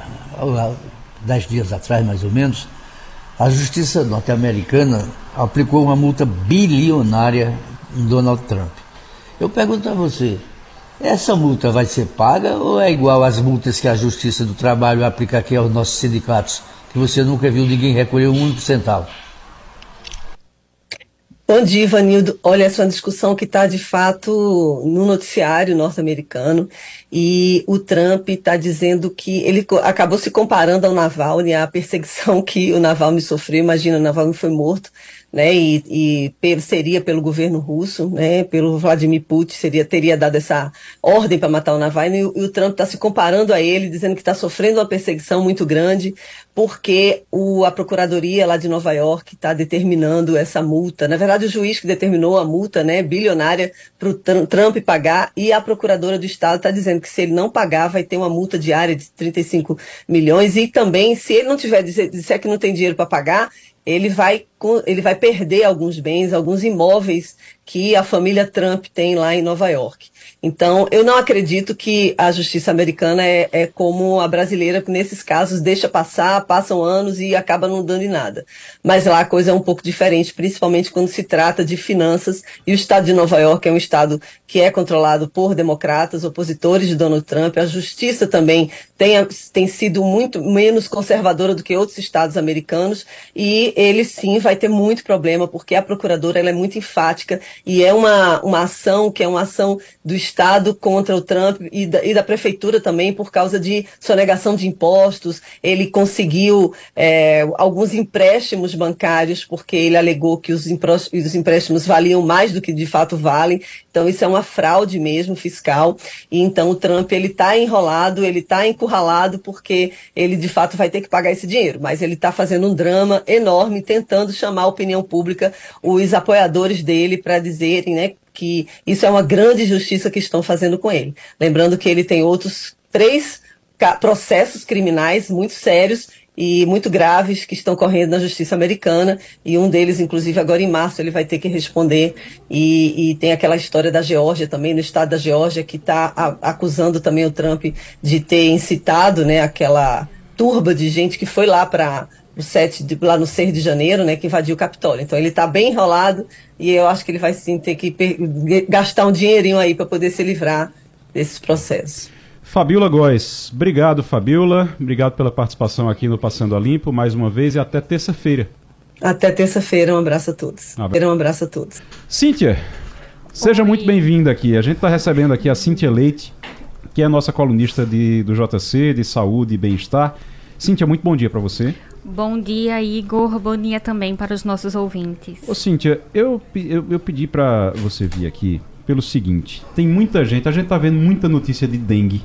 10 dias atrás mais ou menos, a Justiça norte-americana aplicou uma multa bilionária em Donald Trump. Eu pergunto a você, essa multa vai ser paga ou é igual às multas que a Justiça do Trabalho aplica aqui aos nossos sindicatos, que você nunca viu ninguém recolher um único centavo? Bom dia, Ivanildo. Olha, essa é uma discussão que está, de fato, no noticiário norte-americano, e o Trump está dizendo que ele acabou se comparando ao Navalny, à perseguição que o Navalny sofreu. Imagina, o Navalny foi morto, né, e seria pelo governo russo, né, pelo Vladimir Putin, teria dado essa ordem para matar o Navalny, e o Trump está se comparando a ele, dizendo que está sofrendo uma perseguição muito grande, porque a Procuradoria lá de Nova York está determinando essa multa. Na verdade, o juiz que determinou a multa, né, bilionária, para o Trump pagar, e a Procuradora do Estado está dizendo que se ele não pagar, vai ter uma multa diária de 35 milhões, e também, se ele não disser que não tem dinheiro para pagar, ele vai perder alguns bens, alguns imóveis que a família Trump tem lá em Nova York. Então, eu não acredito que a justiça americana é como a brasileira, que nesses casos deixa passam anos e acaba não dando em nada. Mas lá a coisa é um pouco diferente, principalmente quando se trata de finanças, e o estado de Nova York é um estado que é controlado por democratas, opositores de Donald Trump. A justiça também tem sido muito menos conservadora do que outros estados americanos, e ele sim vai ter muito problema, porque a procuradora ela é muito enfática, e é uma ação que é uma ação do Estado contra o Trump e da prefeitura também, por causa de sonegação de impostos. Ele conseguiu alguns empréstimos bancários, porque ele alegou que os empréstimos valiam mais do que de fato valem. Então isso é uma fraude mesmo fiscal, e então o Trump ele está enrolado, ele está encurralado, porque ele de fato vai ter que pagar esse dinheiro, mas ele está fazendo um drama enorme, tentando chamar a opinião pública, os apoiadores dele, para dizerem, né, que isso é uma grande injustiça que estão fazendo com ele. Lembrando que ele tem outros 3 processos criminais muito sérios e muito graves que estão correndo na justiça americana, e um deles, inclusive, agora em março, ele vai ter que responder, e tem aquela história da Geórgia também, no estado da Geórgia, que está acusando também o Trump de ter incitado, né, aquela turba de gente que foi lá para lá no 6 de janeiro, né, que invadiu o Capitólio. Então ele está bem enrolado, e eu acho que ele vai sim ter que gastar um dinheirinho aí para poder se livrar desses processos. Fabiola Góes, obrigado, Fabiola, obrigado pela participação aqui no Passando a Limpo mais uma vez, e até terça-feira. Até terça-feira, um abraço a todos. Um abraço a todos. Cíntia, seja muito bem-vinda aqui. A gente está recebendo aqui a Cíntia Leite, que é a nossa colunista do JC, de saúde e bem-estar. Cíntia, muito bom dia para você. Bom dia, Igor. Bom dia também para os nossos ouvintes. Ô, Cíntia, eu pedi para você vir aqui pelo seguinte: tem muita gente, a gente tá vendo muita notícia de dengue,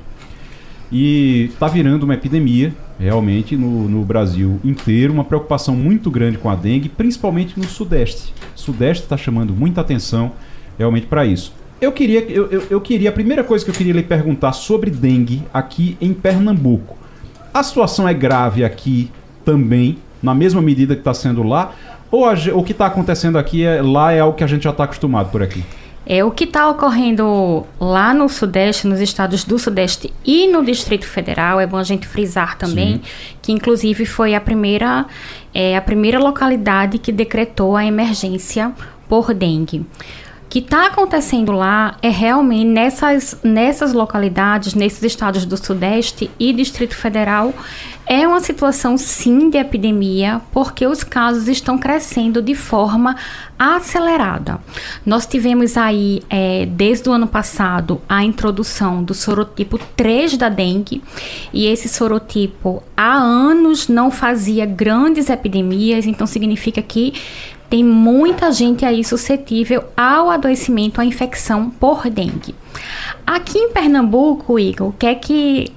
e tá virando uma epidemia realmente no Brasil inteiro, uma preocupação muito grande com a dengue, principalmente no Sudeste. O Sudeste está chamando muita atenção realmente para isso. Eu queria, a primeira coisa que eu queria lhe perguntar sobre dengue aqui em Pernambuco. A situação é grave aqui também, na mesma medida que está sendo lá, ou o que está acontecendo aqui lá é algo que a gente já está acostumado por aqui? O que está ocorrendo lá no Sudeste, nos estados do Sudeste e no Distrito Federal, é bom a gente frisar também, sim, que inclusive foi a primeira localidade que decretou a emergência por dengue. O que está acontecendo lá é realmente nessas localidades, nesses estados do Sudeste e Distrito Federal, é uma situação sim de epidemia, porque os casos estão crescendo de forma acelerada. Nós tivemos aí, desde o ano passado, a introdução do sorotipo 3 da dengue, e esse sorotipo há anos não fazia grandes epidemias, então significa que tem muita gente aí suscetível ao adoecimento, à infecção por dengue. Aqui em Pernambuco, Igor, o que é que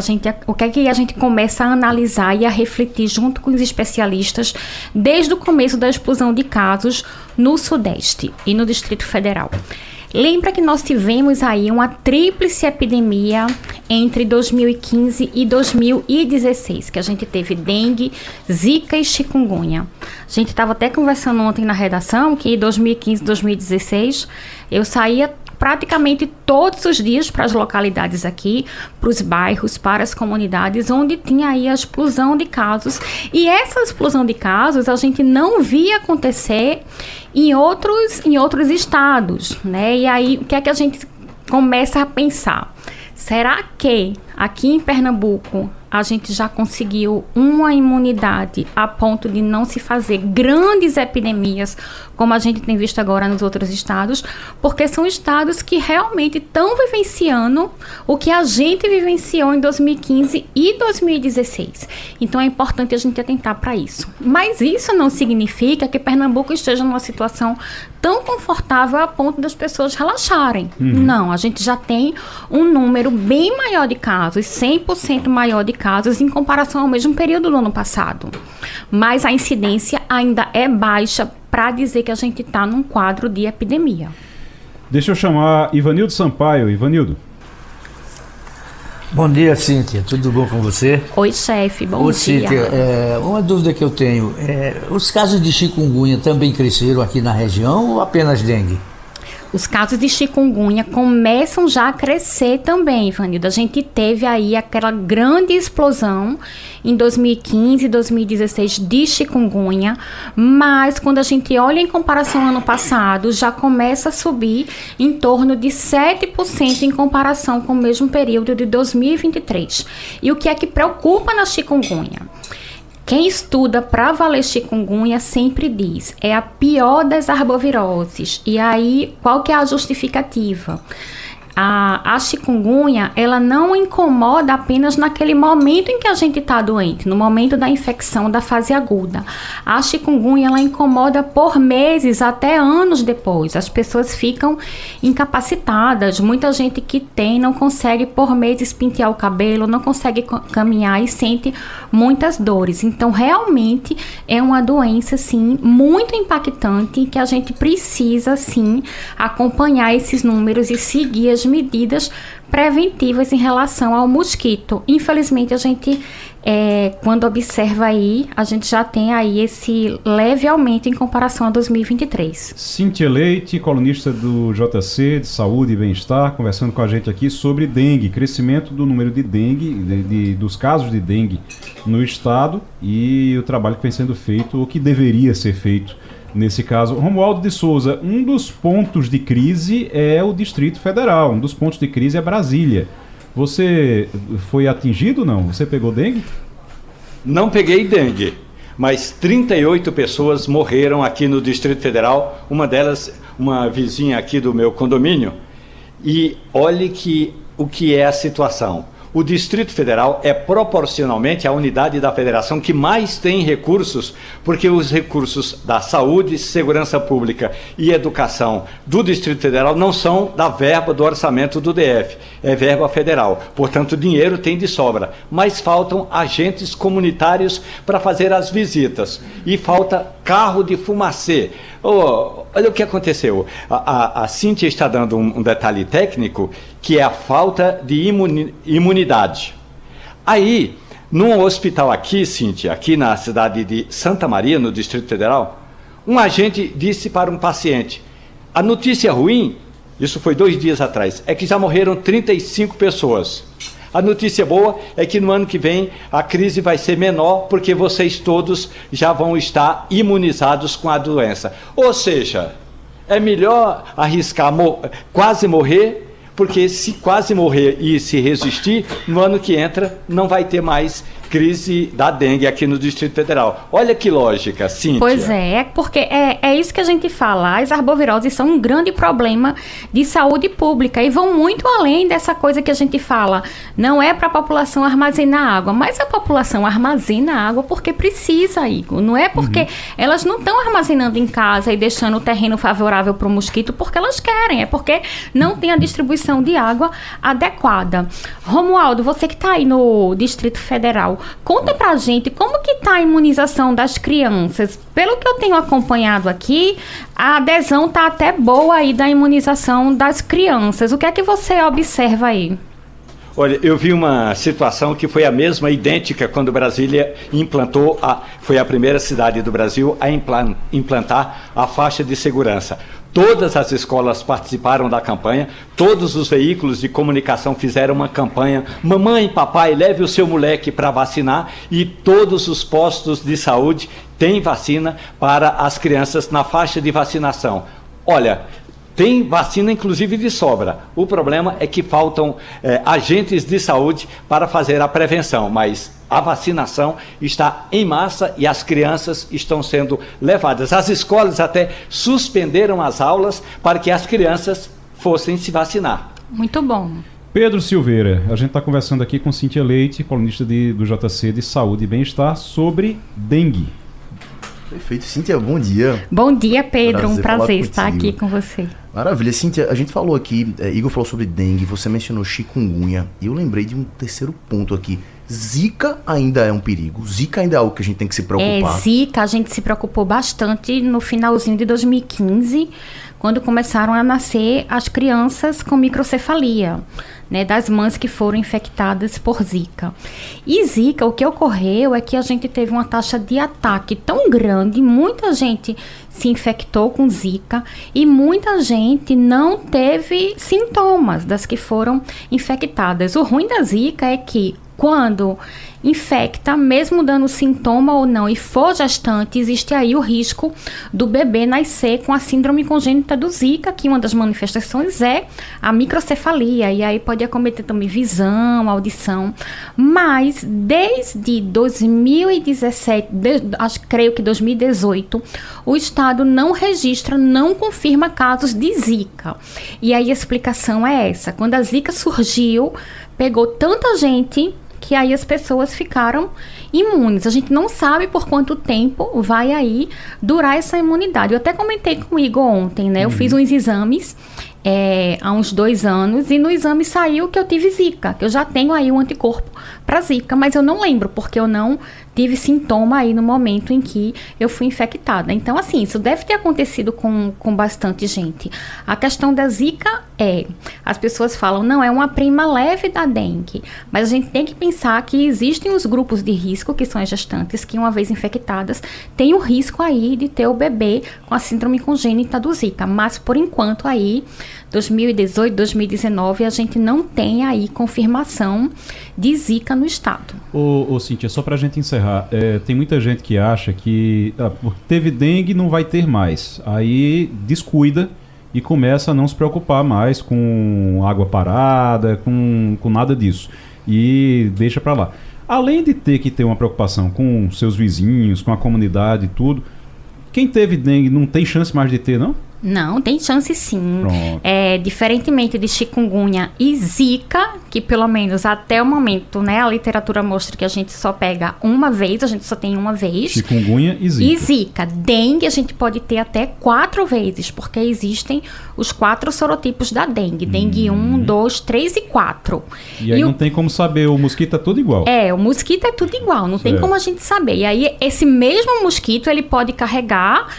a gente começa a analisar e a refletir junto com os especialistas desde o começo da explosão de casos no Sudeste e no Distrito Federal? Lembra que nós tivemos aí uma tríplice epidemia entre 2015 e 2016, que a gente teve dengue, zika e chikungunya. A gente estava até conversando ontem na redação que em 2015 e 2016 eu saía praticamente todos os dias para as localidades aqui, para os bairros, para as comunidades, onde tinha aí a explosão de casos. E essa explosão de casos a gente não via acontecer em outros estados, né? E aí, o que é que a gente começa a pensar? Será que aqui em Pernambuco a gente já conseguiu uma imunidade a ponto de não se fazer grandes epidemias, como a gente tem visto agora nos outros estados, porque são estados que realmente estão vivenciando o que a gente vivenciou em 2015 e 2016. Então é importante a gente atentar para isso. Mas isso não significa que Pernambuco esteja numa situação tão confortável a ponto das pessoas relaxarem. Não, a gente já tem um número bem maior de casos, 100% maior de casos em comparação ao mesmo período do ano passado. Mas a incidência ainda é baixa para dizer que a gente está num quadro de epidemia. Deixa eu chamar Ivanildo Sampaio. Ivanildo. Bom dia, Cíntia. Tudo bom com você? Oi, chefe. Bom dia. Cíntia, uma dúvida que eu tenho. Os casos de chikungunya também cresceram aqui na região ou apenas dengue? Os casos de chikungunya começam já a crescer também, Ivanildo. A gente teve aí aquela grande explosão em 2015 e 2016 de chikungunya, mas quando a gente olha em comparação ao ano passado, já começa a subir em torno de 7% em comparação com o mesmo período de 2023. E o que é que preocupa na chikungunya? Quem estuda para valer chikungunya sempre diz, é a pior das arboviroses. E aí, qual que é a justificativa? A chikungunya, ela não incomoda apenas naquele momento em que a gente está doente, no momento da infecção da fase aguda. A chikungunya, ela incomoda por meses, até anos depois. As pessoas ficam incapacitadas. Muita gente que tem não consegue por meses pentear o cabelo, não consegue caminhar e sente muitas dores. Então, realmente, é uma doença, sim, muito impactante que a gente precisa, sim, acompanhar esses números e seguir as medidas preventivas em relação ao mosquito. Infelizmente, a gente, quando observa aí, a gente já tem aí esse leve aumento em comparação a 2023. Cíntia Leite, colunista do JC de Saúde e Bem-Estar, conversando com a gente aqui sobre dengue, crescimento do número de dengue, dos casos de dengue no estado e o trabalho que vem sendo feito, ou que deveria ser feito nesse caso. Romualdo de Souza, um dos pontos de crise é o Distrito Federal, um dos pontos de crise é Brasília. Você foi atingido ou não? Você pegou dengue? Não peguei dengue, mas 38 pessoas morreram aqui no Distrito Federal, uma delas uma vizinha aqui do meu condomínio. E olhe o que é a situação. O Distrito Federal é proporcionalmente a unidade da federação que mais tem recursos, porque os recursos da saúde, segurança pública e educação do Distrito Federal não são da verba do orçamento do DF, é verba federal. Portanto, dinheiro tem de sobra, mas faltam agentes comunitários para fazer as visitas e falta carro de fumacê. Olha o que aconteceu. A Cíntia está dando um detalhe técnico, que é a falta de imunidade. Aí, num hospital aqui, Cíntia, aqui na cidade de Santa Maria, no Distrito Federal, um agente disse para um paciente, a notícia ruim, isso foi 2 dias atrás, é que já morreram 35 pessoas. A notícia boa é que no ano que vem a crise vai ser menor, porque vocês todos já vão estar imunizados com a doença. Ou seja, é melhor arriscar quase morrer, porque se quase morrer e se resistir, no ano que entra não vai ter mais crise da dengue aqui no Distrito Federal. Olha que lógica, Cíntia. Pois é, porque é isso que a gente fala. As arboviroses são um grande problema de saúde pública e vão muito além dessa coisa que a gente fala. Não é para a população armazenar água, mas a população armazena água porque precisa, Igor. Não é porque elas não estão armazenando em casa e deixando o terreno favorável para o mosquito porque elas querem, é porque não tem a distribuição de água adequada. Romualdo, você que está aí no Distrito Federal, conta pra gente como que tá a imunização das crianças. Pelo que eu tenho acompanhado aqui, a adesão tá até boa aí da imunização das crianças. O que é que você observa aí? Olha, eu vi uma situação que foi a mesma, idêntica, quando Brasília implantou, foi a primeira cidade do Brasil a implantar a faixa de segurança. Todas as escolas participaram da campanha, todos os veículos de comunicação fizeram uma campanha, mamãe, papai, leve o seu moleque para vacinar, e todos os postos de saúde têm vacina para as crianças na faixa de vacinação. Olha, Tem vacina, inclusive, de sobra. O problema é que faltam agentes de saúde para fazer a prevenção, mas a vacinação está em massa e as crianças estão sendo levadas. As escolas até suspenderam as aulas para que as crianças fossem se vacinar. Muito bom. Pedro Silveira, a gente está conversando aqui com Cíntia Leite, colunista do JC de Saúde e Bem-Estar, sobre dengue. Perfeito. Cíntia, bom dia. Bom dia, Pedro. Um prazer estar aqui com você. Maravilha. Cíntia, a gente falou aqui, Igor falou sobre dengue, você mencionou chikungunya, e eu lembrei de um terceiro ponto aqui. Zika ainda é um perigo? Zika ainda é algo que a gente tem que se preocupar? Zika, a gente se preocupou bastante no finalzinho de 2015, quando começaram a nascer as crianças com microcefalia, né, das mães que foram infectadas por Zika. E Zika, o que ocorreu é que a gente teve uma taxa de ataque tão grande, muita gente se infectou com Zika e muita gente não teve sintomas das que foram infectadas. O ruim da Zika é que quando infecta, mesmo dando sintoma ou não, e for gestante, existe aí o risco do bebê nascer com a síndrome congênita do Zika, que uma das manifestações é a microcefalia, e aí pode acometer também visão, audição. Mas desde 2017, creio que 2018, o Estado não registra, não confirma casos de Zika. E aí a explicação é essa: quando a Zika surgiu, pegou tanta gente que aí as pessoas ficaram imunes. A gente não sabe por quanto tempo vai aí durar essa imunidade. Eu até comentei com o Igor ontem, né? Eu fiz uns exames há uns 2 anos e no exame saiu que eu tive Zika, que eu já tenho aí um anticorpo para Zika, mas eu não lembro porque eu não tive sintoma aí no momento em que eu fui infectada. Então, assim, isso deve ter acontecido com bastante gente. A questão da Zika as pessoas falam, não, é uma prima leve da dengue, mas a gente tem que pensar que existem os grupos de risco, que são as gestantes, que uma vez infectadas, tem o risco aí de ter o bebê com a síndrome congênita do Zika, mas por enquanto aí, 2018, 2019, a gente não tem aí confirmação de Zika no estado. Ô Cíntia, só pra gente encerrar, tem muita gente que acha que teve dengue, não vai ter mais. Aí descuida e começa a não se preocupar mais com água parada, com nada disso. E deixa pra lá. Além de ter que ter uma preocupação com seus vizinhos, com a comunidade e tudo, quem teve dengue não tem chance mais de ter, não? Não, tem chance sim. Diferentemente de chikungunya e Zika, que pelo menos até o momento, né, a literatura mostra que a gente só pega uma vez, a gente só tem uma vez. Chikungunya e Zika. E Zika. Dengue a gente pode ter até 4 vezes, porque existem os 4 sorotipos da dengue. Dengue 1, 2, 3 e 4. E aí não tem como saber, o mosquito é tudo igual. O mosquito é tudo igual, não tem como a gente saber. E aí esse mesmo mosquito, ele pode carregar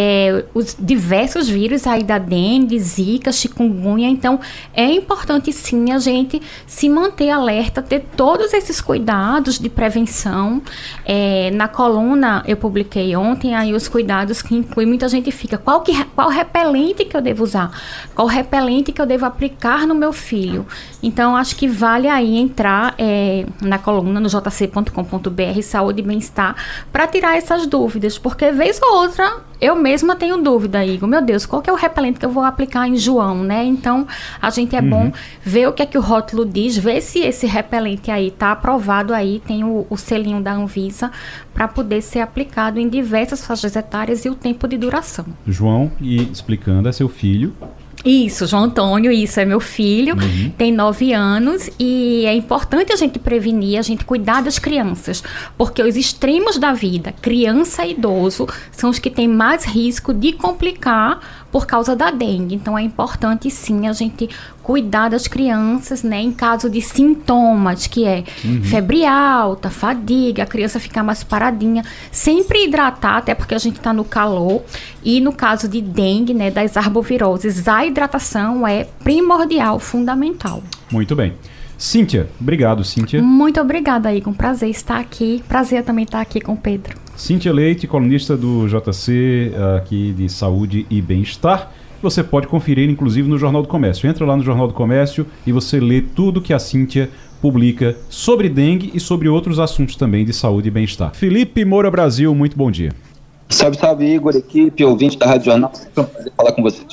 os diversos vírus aí da dengue, Zika, chikungunya. Então é importante sim a gente se manter alerta, ter todos esses cuidados de prevenção. Na coluna eu publiquei ontem aí os cuidados que inclui, muita gente fica, qual repelente que eu devo usar, qual repelente que eu devo aplicar no meu filho. Então acho que vale aí entrar na coluna no jc.com.br saúde e bem-estar para tirar essas dúvidas, porque vez ou outra eu mesma tenho dúvida, Igor. Meu Deus, qual que é o repelente que eu vou aplicar em João, né? Então, a gente bom ver o que é que o rótulo diz, ver se esse repelente aí está aprovado aí, tem o selinho da Anvisa, para poder ser aplicado em diversas faixas etárias e o tempo de duração. João, e explicando, é seu filho. Isso, João Antônio, isso é meu filho, tem 9 anos e é importante a gente prevenir, a gente cuidar das crianças, porque os extremos da vida, criança e idoso, são os que têm mais risco de complicar por causa da dengue. Então é importante sim a gente cuidar das crianças, né, em caso de sintomas, que é febre alta, fadiga, a criança ficar mais paradinha, sempre hidratar, até porque a gente está no calor, e no caso de dengue, né, das arboviroses, a hidratação é primordial, fundamental. Muito bem. Cíntia, obrigado, Cíntia. Muito obrigada, Igor, prazer estar aqui, prazer também estar aqui com o Pedro. Cíntia Leite, colunista do JC, aqui de Saúde e Bem-Estar. Você pode conferir, inclusive, no Jornal do Comércio. Entra lá no Jornal do Comércio e você lê tudo que a Cíntia publica sobre dengue e sobre outros assuntos também de saúde e bem-estar. Felipe Moura Brasil, muito bom dia. Salve, salve, Igor, equipe, ouvinte da Rádio Jornal. É um prazer falar com vocês.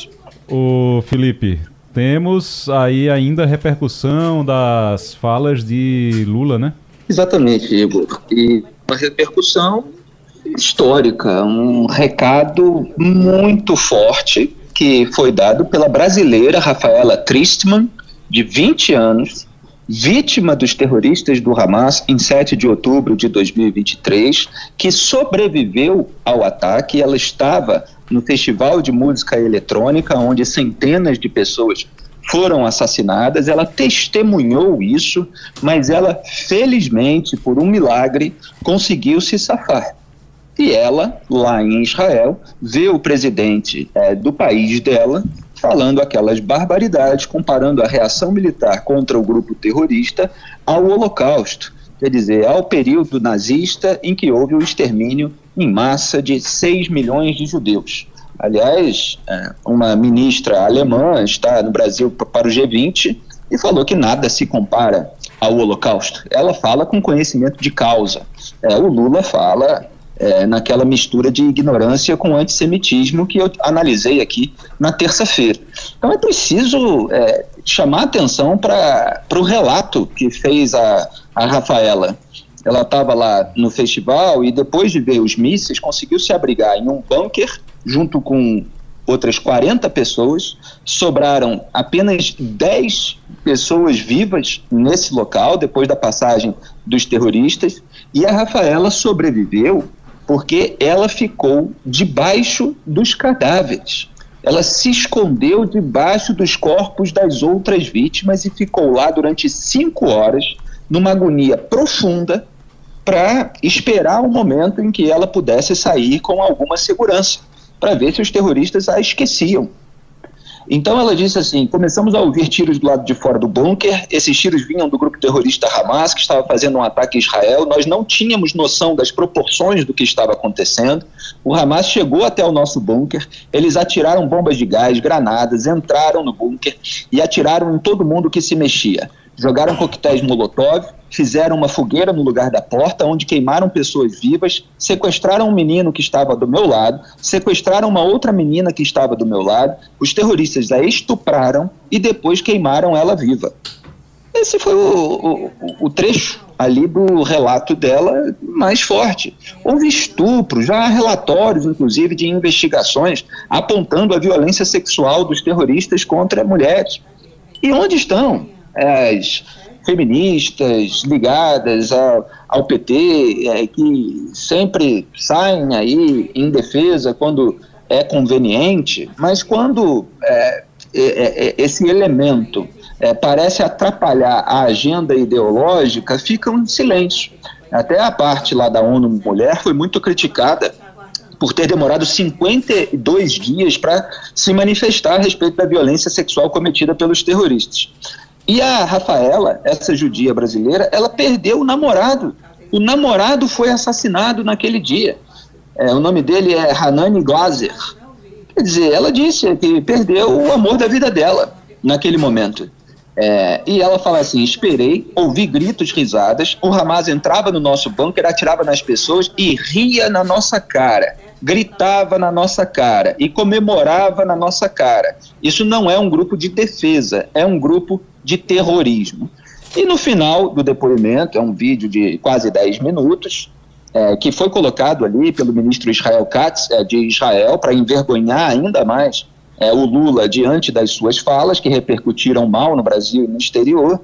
Ô Felipe, temos aí ainda a repercussão das falas de Lula, né? Exatamente, Igor. E uma repercussão histórica, um recado muito forte que foi dado pela brasileira Rafaela Tristman, de 20 anos, vítima dos terroristas do Hamas em 7 de outubro de 2023, que sobreviveu ao ataque. Ela estava no Festival de Música Eletrônica, onde centenas de pessoas foram assassinadas. Ela testemunhou isso, mas ela, felizmente, por um milagre, conseguiu se safar. E ela, lá em Israel, vê o presidente do país dela falando aquelas barbaridades, comparando a reação militar contra o grupo terrorista ao Holocausto, quer dizer, ao período nazista em que houve o extermínio em massa de 6 milhões de judeus. Aliás, uma ministra alemã está no Brasil para o G20 e falou que nada se compara ao Holocausto. Ela fala com conhecimento de causa. O Lula fala naquela mistura de ignorância com antissemitismo que eu analisei aqui na terça-feira. Então é preciso chamar atenção para o relato que fez a Rafaela. Ela estava lá no festival e depois de ver os mísseis conseguiu se abrigar em um bunker junto com outras 40 pessoas. Sobraram apenas 10 pessoas vivas nesse local depois da passagem dos terroristas, e a Rafaela sobreviveu porque ela ficou debaixo dos cadáveres. Ela se escondeu debaixo dos corpos das outras vítimas e ficou lá durante 5 horas, numa agonia profunda, para esperar o momento em que ela pudesse sair com alguma segurança, para ver se os terroristas a esqueciam. Então ela disse assim: começamos a ouvir tiros do lado de fora do bunker. Esses tiros vinham do grupo terrorista Hamas, que estava fazendo um ataque a Israel. Nós não tínhamos noção das proporções do que estava acontecendo. O Hamas chegou até o nosso bunker, eles atiraram bombas de gás, granadas, entraram no bunker e atiraram em todo mundo que se mexia. Jogaram coquetéis Molotov, fizeram uma fogueira no lugar da porta, onde queimaram pessoas vivas, sequestraram um menino que estava do meu lado, sequestraram uma outra menina que estava do meu lado, os terroristas a estupraram e depois queimaram ela viva. Esse foi o trecho ali do relato dela mais forte. Houve estupro, já há relatórios, inclusive, de investigações apontando a violência sexual dos terroristas contra mulheres. E onde estão as feministas ligadas ao PT, que sempre saem aí em defesa quando é conveniente, mas quando esse elemento parece atrapalhar a agenda ideológica, ficam em silêncio. Até a parte lá da ONU Mulher foi muito criticada por ter demorado 52 dias para se manifestar a respeito da violência sexual cometida pelos terroristas. E a Rafaela, essa judia brasileira, ela perdeu o namorado. O namorado foi assassinado naquele dia. O nome dele é Hanani Glaser. Quer dizer, ela disse que perdeu o amor da vida dela naquele momento. E ela fala assim: esperei, ouvi gritos, risadas, o Hamas entrava no nosso bunker, atirava nas pessoas e ria na nossa cara, gritava na nossa cara e comemorava na nossa cara. Isso não é um grupo de defesa, é um grupo de terrorismo. E no final do depoimento, é um vídeo de quase 10 minutos, que foi colocado ali pelo ministro Israel Katz, de Israel, para envergonhar ainda mais o Lula diante das suas falas, que repercutiram mal no Brasil e no exterior.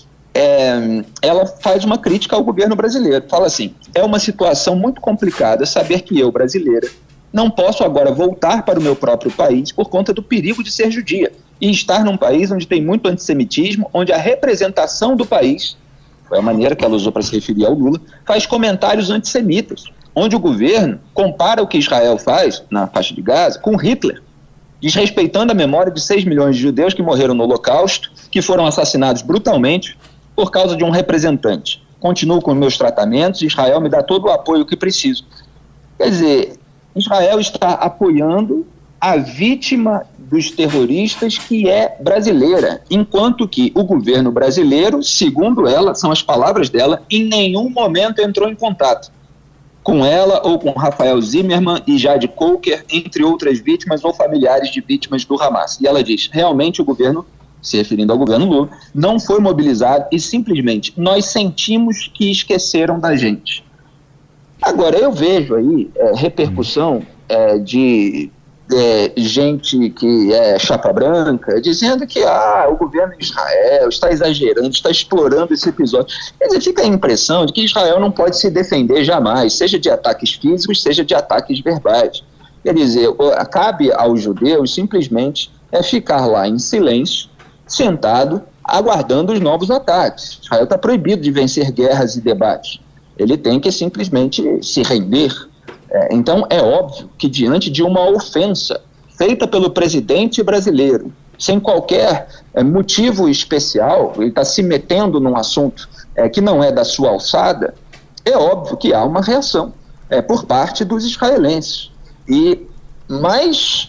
Ela faz uma crítica ao governo brasileiro. Fala assim: é uma situação muito complicada saber que eu, brasileira, não posso agora voltar para o meu próprio país por conta do perigo de ser judia e estar num país onde tem muito antissemitismo, onde a representação do país, foi a maneira que ela usou para se referir ao Lula, faz comentários antissemitas, onde o governo compara o que Israel faz na faixa de Gaza com Hitler, desrespeitando a memória de 6 milhões de judeus que morreram no Holocausto, que foram assassinados brutalmente por causa de um representante. Continuo com meus tratamentos, Israel me dá todo o apoio que preciso. Quer dizer, Israel está apoiando a vítima dos terroristas, que é brasileira, enquanto que o governo brasileiro, segundo ela, são as palavras dela, em nenhum momento entrou em contato com ela ou com Rafael Zimmermann e Jade Coker, entre outras vítimas ou familiares de vítimas do Hamas. E ela diz, realmente o governo, se referindo ao governo Lula, não foi mobilizado e simplesmente nós sentimos que esqueceram da gente. Agora, eu vejo aí repercussão de gente que é chapa branca, dizendo que o governo de Israel está exagerando, está explorando esse episódio. Quer dizer, fica a impressão de que Israel não pode se defender jamais, seja de ataques físicos, seja de ataques verbais. Quer dizer, cabe aos judeus simplesmente ficar lá em silêncio, sentado, aguardando os novos ataques. Israel está proibido de vencer guerras e debates. Ele tem que simplesmente se render. Então, é óbvio que diante de uma ofensa feita pelo presidente brasileiro, sem qualquer motivo especial, ele está se metendo num assunto que não é da sua alçada, é óbvio que há uma reação por parte dos israelenses. E mais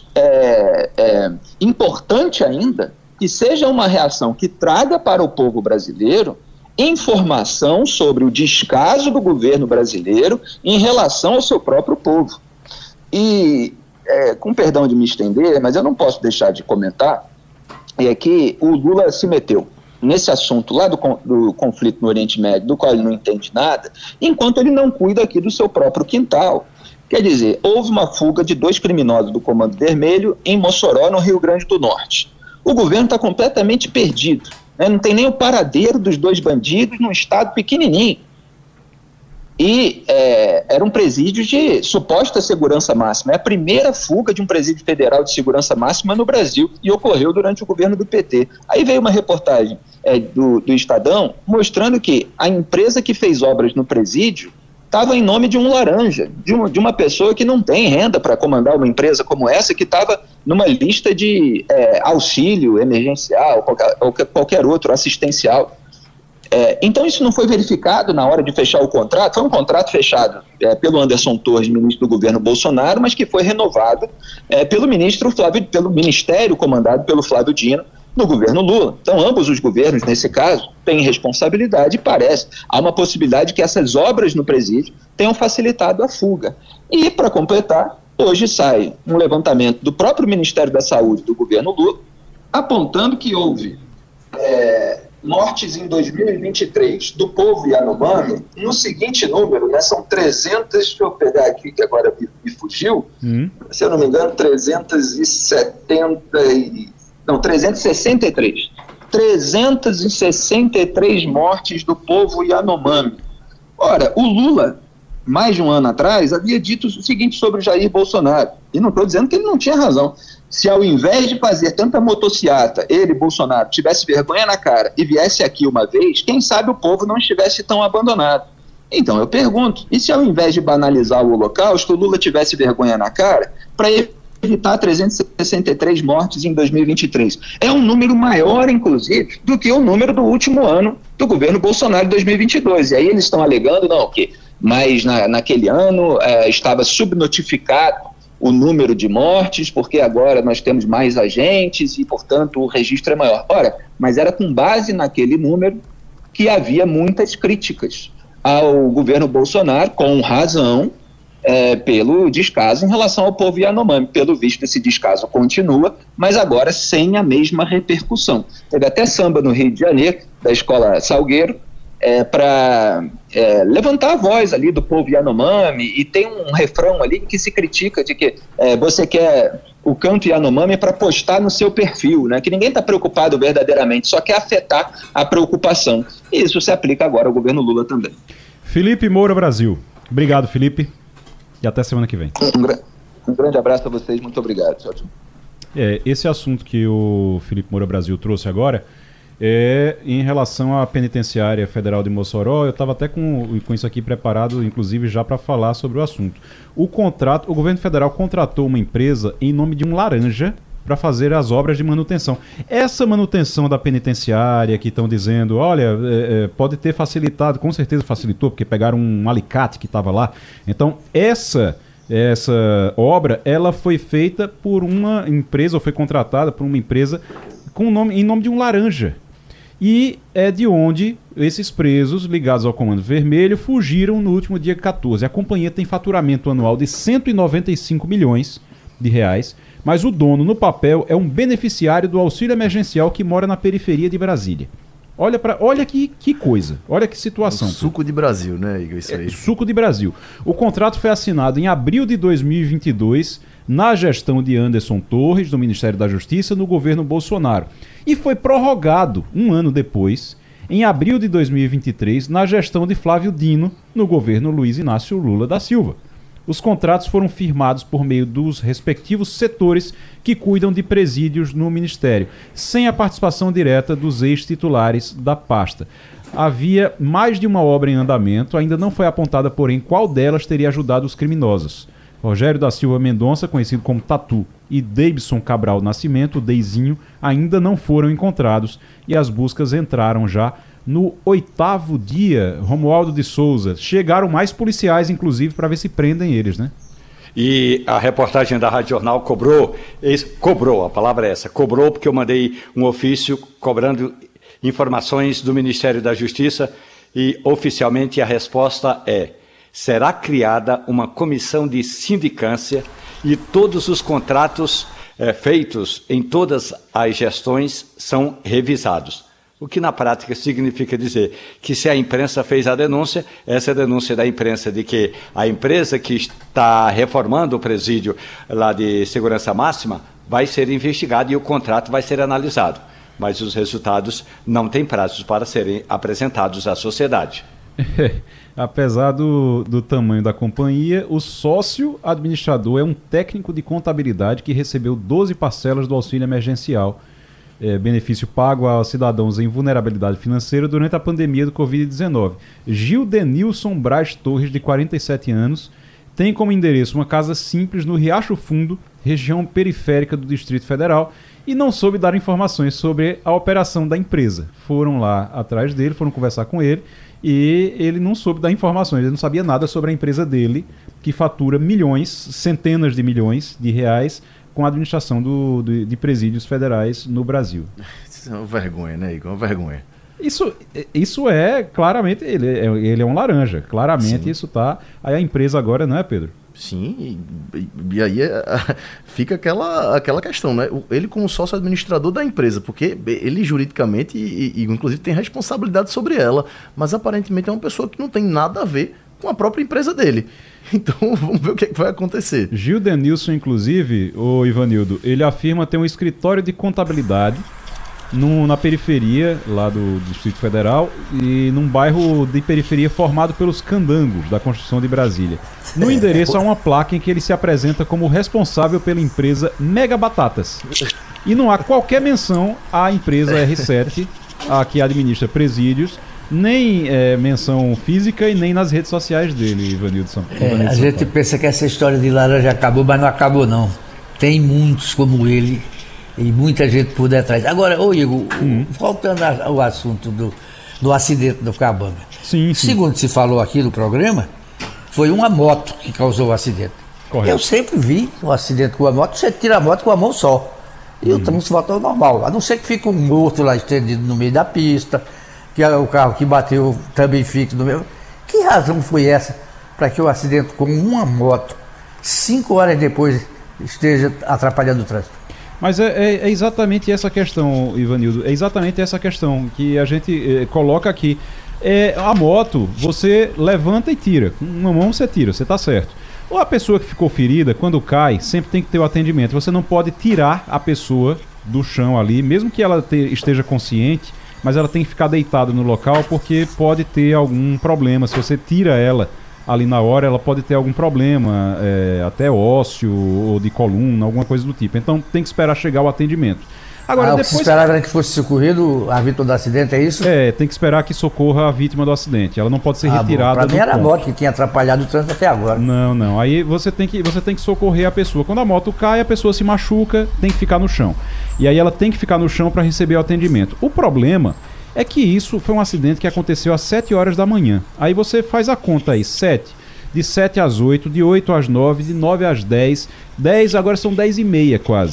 importante ainda, que seja uma reação que traga para o povo brasileiro informação sobre o descaso do governo brasileiro em relação ao seu próprio povo. E, com perdão de me estender, mas eu não posso deixar de comentar, que o Lula se meteu nesse assunto lá do conflito no Oriente Médio, do qual ele não entende nada, enquanto ele não cuida aqui do seu próprio quintal. Quer dizer, houve uma fuga de 2 criminosos do Comando Vermelho em Mossoró, no Rio Grande do Norte. O governo está completamente perdido. Não tem nem o paradeiro dos 2 bandidos num estado pequenininho. E era um presídio de suposta segurança máxima. É a primeira fuga de um presídio federal de segurança máxima no Brasil e ocorreu durante o governo do PT. Aí veio uma reportagem do Estadão mostrando que a empresa que fez obras no presídio estava em nome de um laranja, de uma pessoa que não tem renda para comandar uma empresa como essa, que estava numa lista de auxílio emergencial, qualquer outro, assistencial. Então isso não foi verificado na hora de fechar o contrato. Foi um contrato fechado pelo Anderson Torres, ministro do governo Bolsonaro, mas que foi renovado pelo ministério comandado pelo Flávio Dino, no governo Lula. Então, ambos os governos, nesse caso, têm responsabilidade e há uma possibilidade que essas obras no presídio tenham facilitado a fuga. E, para completar, hoje sai um levantamento do próprio Ministério da Saúde do governo Lula, apontando que houve mortes em 2023 do povo Yanomami no seguinte número, são 300, deixa eu pegar aqui que agora me fugiu, se eu não me engano, 363 mortes do povo Yanomami. Ora, o Lula, mais de um ano atrás, havia dito o seguinte sobre Jair Bolsonaro, e não estou dizendo que ele não tinha razão. Se ao invés de fazer tanta motociata, ele, Bolsonaro, tivesse vergonha na cara e viesse aqui uma vez, quem sabe o povo não estivesse tão abandonado. Então eu pergunto, e se ao invés de banalizar o Holocausto, o Lula tivesse vergonha na cara para evitar 363 mortes em 2023. É um número maior, inclusive, do que o número do último ano do governo Bolsonaro de 2022. E aí eles estão alegando, mas naquele ano estava subnotificado o número de mortes, porque agora nós temos mais agentes e, portanto, o registro é maior. Ora, mas era com base naquele número que havia muitas críticas ao governo Bolsonaro, com razão, pelo descaso em relação ao povo Yanomami. Pelo visto, esse descaso continua, mas agora sem a mesma repercussão. Teve até samba no Rio de Janeiro, da Escola Salgueiro, para levantar a voz ali do povo Yanomami, e tem um refrão ali que se critica de que você quer o canto Yanomami para postar no seu perfil, que ninguém está preocupado verdadeiramente, só quer afetar a preocupação. E isso se aplica agora ao governo Lula também. Felipe Moura Brasil. Obrigado, Felipe. E até semana que vem. Um grande abraço a vocês, muito obrigado. Tchau, tchau. Esse assunto que o Felipe Moura Brasil trouxe agora em relação à penitenciária federal de Mossoró. Eu estava até com isso aqui preparado, inclusive, já para falar sobre o assunto. O governo federal contratou uma empresa em nome de um laranja para fazer as obras de manutenção. Essa manutenção da penitenciária que estão dizendo, olha, pode ter facilitado, com certeza facilitou, porque pegaram um alicate que estava lá. Então, essa obra, ela foi feita por uma empresa, ou foi contratada por uma empresa em nome de um laranja. e é de onde esses presos ligados ao Comando Vermelho fugiram no último dia 14. A companhia tem faturamento anual de 195 milhões de reais, mas o dono, no papel, é um beneficiário do auxílio emergencial que mora na periferia de Brasília. Olha que coisa, olha que situação. Suco de Brasil, né, Igor? Isso aí. Suco de Brasil. O contrato foi assinado em abril de 2022, na gestão de Anderson Torres, do Ministério da Justiça, no governo Bolsonaro. E foi prorrogado um ano depois, em abril de 2023, na gestão de Flávio Dino, no governo Luiz Inácio Lula da Silva. Os contratos foram firmados por meio dos respectivos setores que cuidam de presídios no Ministério, sem a participação direta dos ex-titulares da pasta. Havia mais de uma obra em andamento, ainda não foi apontada, porém, qual delas teria ajudado os criminosos. Rogério da Silva Mendonça, conhecido como Tatu, e Deibson Cabral Nascimento, o Deizinho, ainda não foram encontrados e as buscas entraram já no 8º dia. Romualdo de Souza, chegaram mais policiais, inclusive, para ver se prendem eles, né? E a reportagem da Rádio Jornal cobrou, a palavra é essa, cobrou porque eu mandei um ofício cobrando informações do Ministério da Justiça e oficialmente a resposta é: será criada uma comissão de sindicância e todos os contratos feitos em todas as gestões são revisados. O que na prática significa dizer que se a imprensa fez a denúncia, essa é a denúncia da imprensa de que a empresa que está reformando o presídio lá de segurança máxima vai ser investigada e o contrato vai ser analisado. Mas os resultados não têm prazos para serem apresentados à sociedade. Apesar do tamanho da companhia, o sócio administrador é um técnico de contabilidade que recebeu 12 parcelas do auxílio emergencial, benefício pago a cidadãos em vulnerabilidade financeira durante a pandemia do Covid-19. Gildenilson Braz Torres, de 47 anos, tem como endereço uma casa simples no Riacho Fundo, região periférica do Distrito Federal, e não soube dar informações sobre a operação da empresa. Foram lá atrás dele, foram conversar com ele, e ele não soube dar informações, ele não sabia nada sobre a empresa dele, que fatura milhões, centenas de milhões de reais com a administração de presídios federais no Brasil. Isso é uma vergonha, né, Igor? Uma vergonha. Isso é, claramente, ele é um laranja, claramente. Sim. Isso tá... Aí a empresa agora, não é, Pedro? Sim, e aí fica aquela questão, né? Ele como sócio administrador da empresa, porque ele juridicamente, e inclusive tem responsabilidade sobre ela, mas aparentemente é uma pessoa que não tem nada a ver com a própria empresa dele. Então vamos ver o que vai acontecer. Gildenilson, inclusive, o Ivanildo, ele afirma ter um escritório de contabilidade na periferia lá do Distrito Federal e num bairro de periferia formado pelos candangos da construção de Brasília. No endereço há uma placa em que ele se apresenta como responsável pela empresa Mega Batatas. E não há qualquer menção à empresa R7, a que administra presídios, nem menção física e nem nas redes sociais dele, Ivanildo Sampaio. A gente pensa que essa história de laranja acabou, mas não acabou não. Tem muitos como ele e muita gente por detrás. Agora, Igor, voltando ao assunto do acidente do Cabanga. Sim. Segundo se falou aqui no programa, foi uma moto que causou o acidente. Correto. Eu sempre vi um acidente com a moto, você tira a moto com a mão só. E o transporte é normal. A não ser que fique um morto lá estendido no meio da pista, que o carro que bateu também fique no meio. Que razão foi essa para que o acidente com uma moto, 5 horas depois, esteja atrapalhando o trânsito? Mas é exatamente essa questão, Ivanildo, é exatamente essa questão que a gente coloca aqui. A moto, você levanta e tira. Com uma mão você tira, você está certo. Ou a pessoa que ficou ferida, quando cai, sempre tem que ter o atendimento. Você não pode tirar a pessoa do chão ali, mesmo que ela esteja consciente, mas ela tem que ficar deitada no local porque pode ter algum problema. Se você tira ela ali na hora, ela pode ter algum problema, até ósseo ou de coluna, alguma coisa do tipo. Então tem que esperar chegar o atendimento. Agora, depois... Se esperava que fosse socorrido a vítima do acidente, é isso? Tem que esperar que socorra a vítima do acidente. Ela não pode ser retirada do ponto. Para mim era a moto que tinha atrapalhado o trânsito até agora. Não. Aí você tem que socorrer a pessoa. Quando a moto cai, a pessoa se machuca, tem que ficar no chão. E aí ela tem que ficar no chão para receber o atendimento. O problema é que isso foi um acidente que aconteceu às 7 horas da manhã. Aí você faz a conta aí, de 7 às 8, de 8 às 9, de 9 às 10, agora são 10 e meia quase.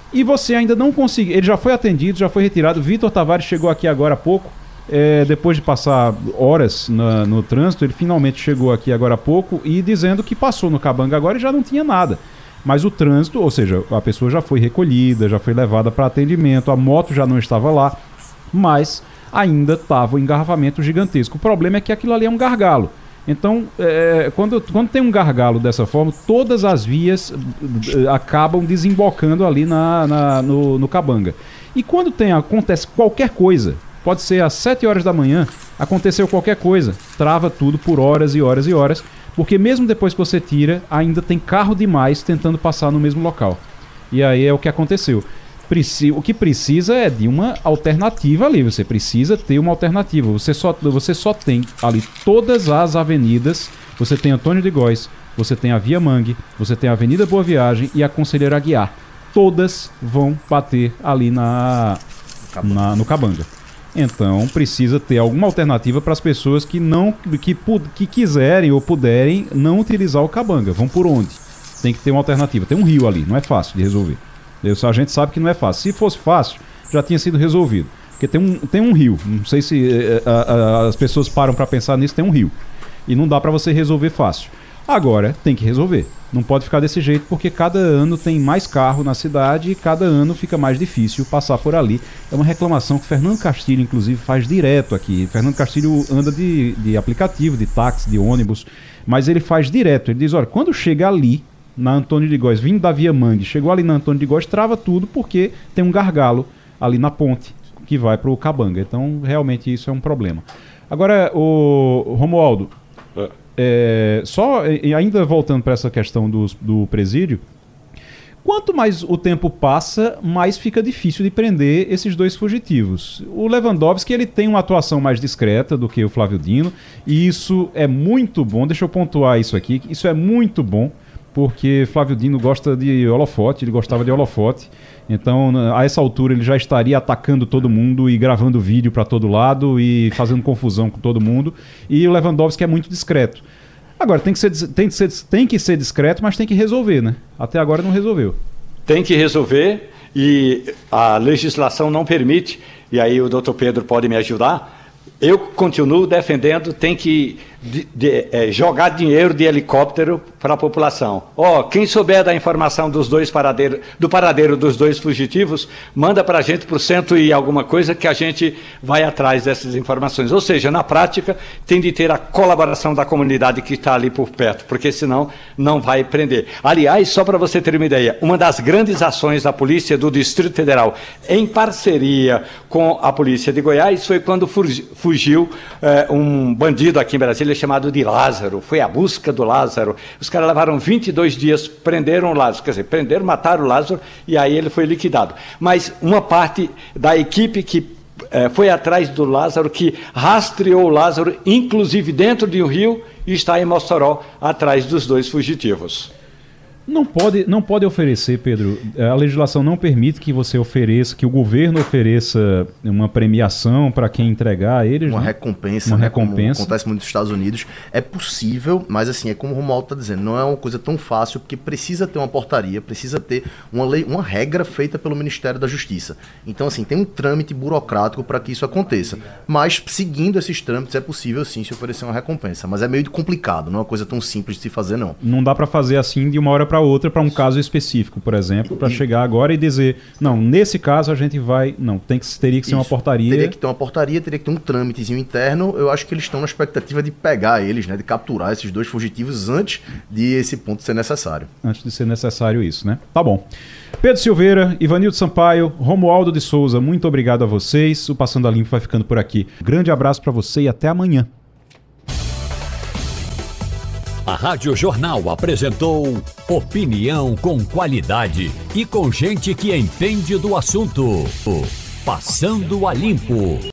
e você ainda não conseguiu, ele já foi atendido, já foi retirado. Vitor Tavares chegou aqui agora há pouco, depois de passar horas no trânsito, ele finalmente chegou aqui agora há pouco e dizendo que passou no Cabanga agora e já não tinha nada. Mas o trânsito, ou seja, a pessoa já foi recolhida, já foi levada para atendimento, a moto já não estava lá, mas ainda estava um engarrafamento gigantesco. O problema é que aquilo ali é um gargalo. Então, quando tem um gargalo dessa forma, todas as vias acabam desembocando ali no Cabanga. E quando acontece qualquer coisa, pode ser às 7 horas da manhã, aconteceu qualquer coisa, trava tudo por horas e horas e horas, porque mesmo depois que você tira, ainda tem carro demais tentando passar no mesmo local. E aí é o que aconteceu. O que precisa é de uma alternativa ali, você precisa ter uma alternativa. Você só tem ali todas as avenidas, você tem Antônio de Góes, você tem a Via Mangue, você tem a Avenida Boa Viagem e a Conselheiro Aguiar. Todas vão bater ali no Cabanga. Então precisa ter alguma alternativa para as pessoas que quiserem ou puderem não utilizar o Cabanga. Vão por onde? Tem que ter uma alternativa. Tem um rio ali, não é fácil de resolver. A gente sabe que não é fácil. Se fosse fácil, já tinha sido resolvido. Porque tem um rio. Não sei se as pessoas param para pensar nisso. Tem um rio. E não dá para você resolver fácil. Agora, tem que resolver. Não pode ficar desse jeito, porque cada ano tem mais carro na cidade e cada ano fica mais difícil passar por ali. É uma reclamação que Fernando Castilho, inclusive, faz direto aqui. Fernando Castilho anda de aplicativo, de táxi, de ônibus, mas ele faz direto. Ele diz, olha, quando chega ali, na Antônio de Góes, vindo da Via Mangue, chegou ali na Antônio de Góes, trava tudo porque tem um gargalo ali na ponte que vai para o Cabanga. Então, realmente, isso é um problema. Agora, o Romualdo, ainda voltando para essa questão do presídio, quanto mais o tempo passa, mais fica difícil de prender esses dois fugitivos. O Lewandowski, ele tem uma atuação mais discreta do que o Flávio Dino, e isso é muito bom. Deixa eu pontuar isso aqui, isso é muito bom, porque Flávio Dino gosta de holofote, ele gostava de holofote, então a essa altura ele já estaria atacando todo mundo e gravando vídeo para todo lado e fazendo confusão com todo mundo, e o Lewandowski é muito discreto. Agora, tem que ser discreto, mas tem que resolver, né? Até agora não resolveu. Tem que resolver e a legislação não permite, e aí o doutor Pedro pode me ajudar. Eu continuo defendendo, tem que jogar dinheiro de helicóptero para a população. Quem souber da informação do paradeiro dos dois fugitivos, manda para a gente por cento e alguma coisa que a gente vai atrás dessas informações. Ou seja, na prática, tem de ter a colaboração da comunidade que está ali por perto, porque senão não vai prender. Aliás, só para você ter uma ideia, uma das grandes ações da Polícia do Distrito Federal, em parceria com a Polícia de Goiás, foi quando fugiu um bandido aqui em Brasília chamado de Lázaro. Foi a busca do Lázaro. Os caras levaram 22 dias, prenderam o Lázaro, quer dizer, mataram o Lázaro e aí ele foi liquidado. Mas uma parte da equipe que foi atrás do Lázaro, que rastreou o Lázaro, inclusive dentro de um rio, e está em Mossoró, atrás dos dois fugitivos. Não pode oferecer, Pedro. A legislação não permite que você ofereça, que o governo ofereça uma premiação para quem entregar a eles. Uma recompensa, uma recompensa. Como acontece muito nos Estados Unidos. É possível, mas assim, é como o Romualdo está dizendo, não é uma coisa tão fácil, porque precisa ter uma portaria, precisa ter uma lei, uma regra feita pelo Ministério da Justiça. Então, assim, tem um trâmite burocrático para que isso aconteça. Mas, seguindo esses trâmites, é possível sim se oferecer uma recompensa. Mas é meio complicado, não é uma coisa tão simples de se fazer, não. Não dá para fazer assim de uma hora para outra, para um caso específico, por exemplo, para chegar agora e dizer, não, nesse caso a gente vai, não, teria que ser uma portaria. Teria que ter uma portaria, teria que ter um trâmitezinho interno. Eu acho que eles estão na expectativa de pegar eles, né, de capturar esses dois fugitivos antes de esse ponto ser necessário. Antes de ser necessário isso, né? Tá bom. Pedro Silveira, Ivanildo Sampaio, Romualdo de Souza, muito obrigado a vocês. O Passando a Limpo vai ficando por aqui. Grande abraço para você e até amanhã. A Rádio Jornal apresentou opinião com qualidade e com gente que entende do assunto. Passando a Limpo.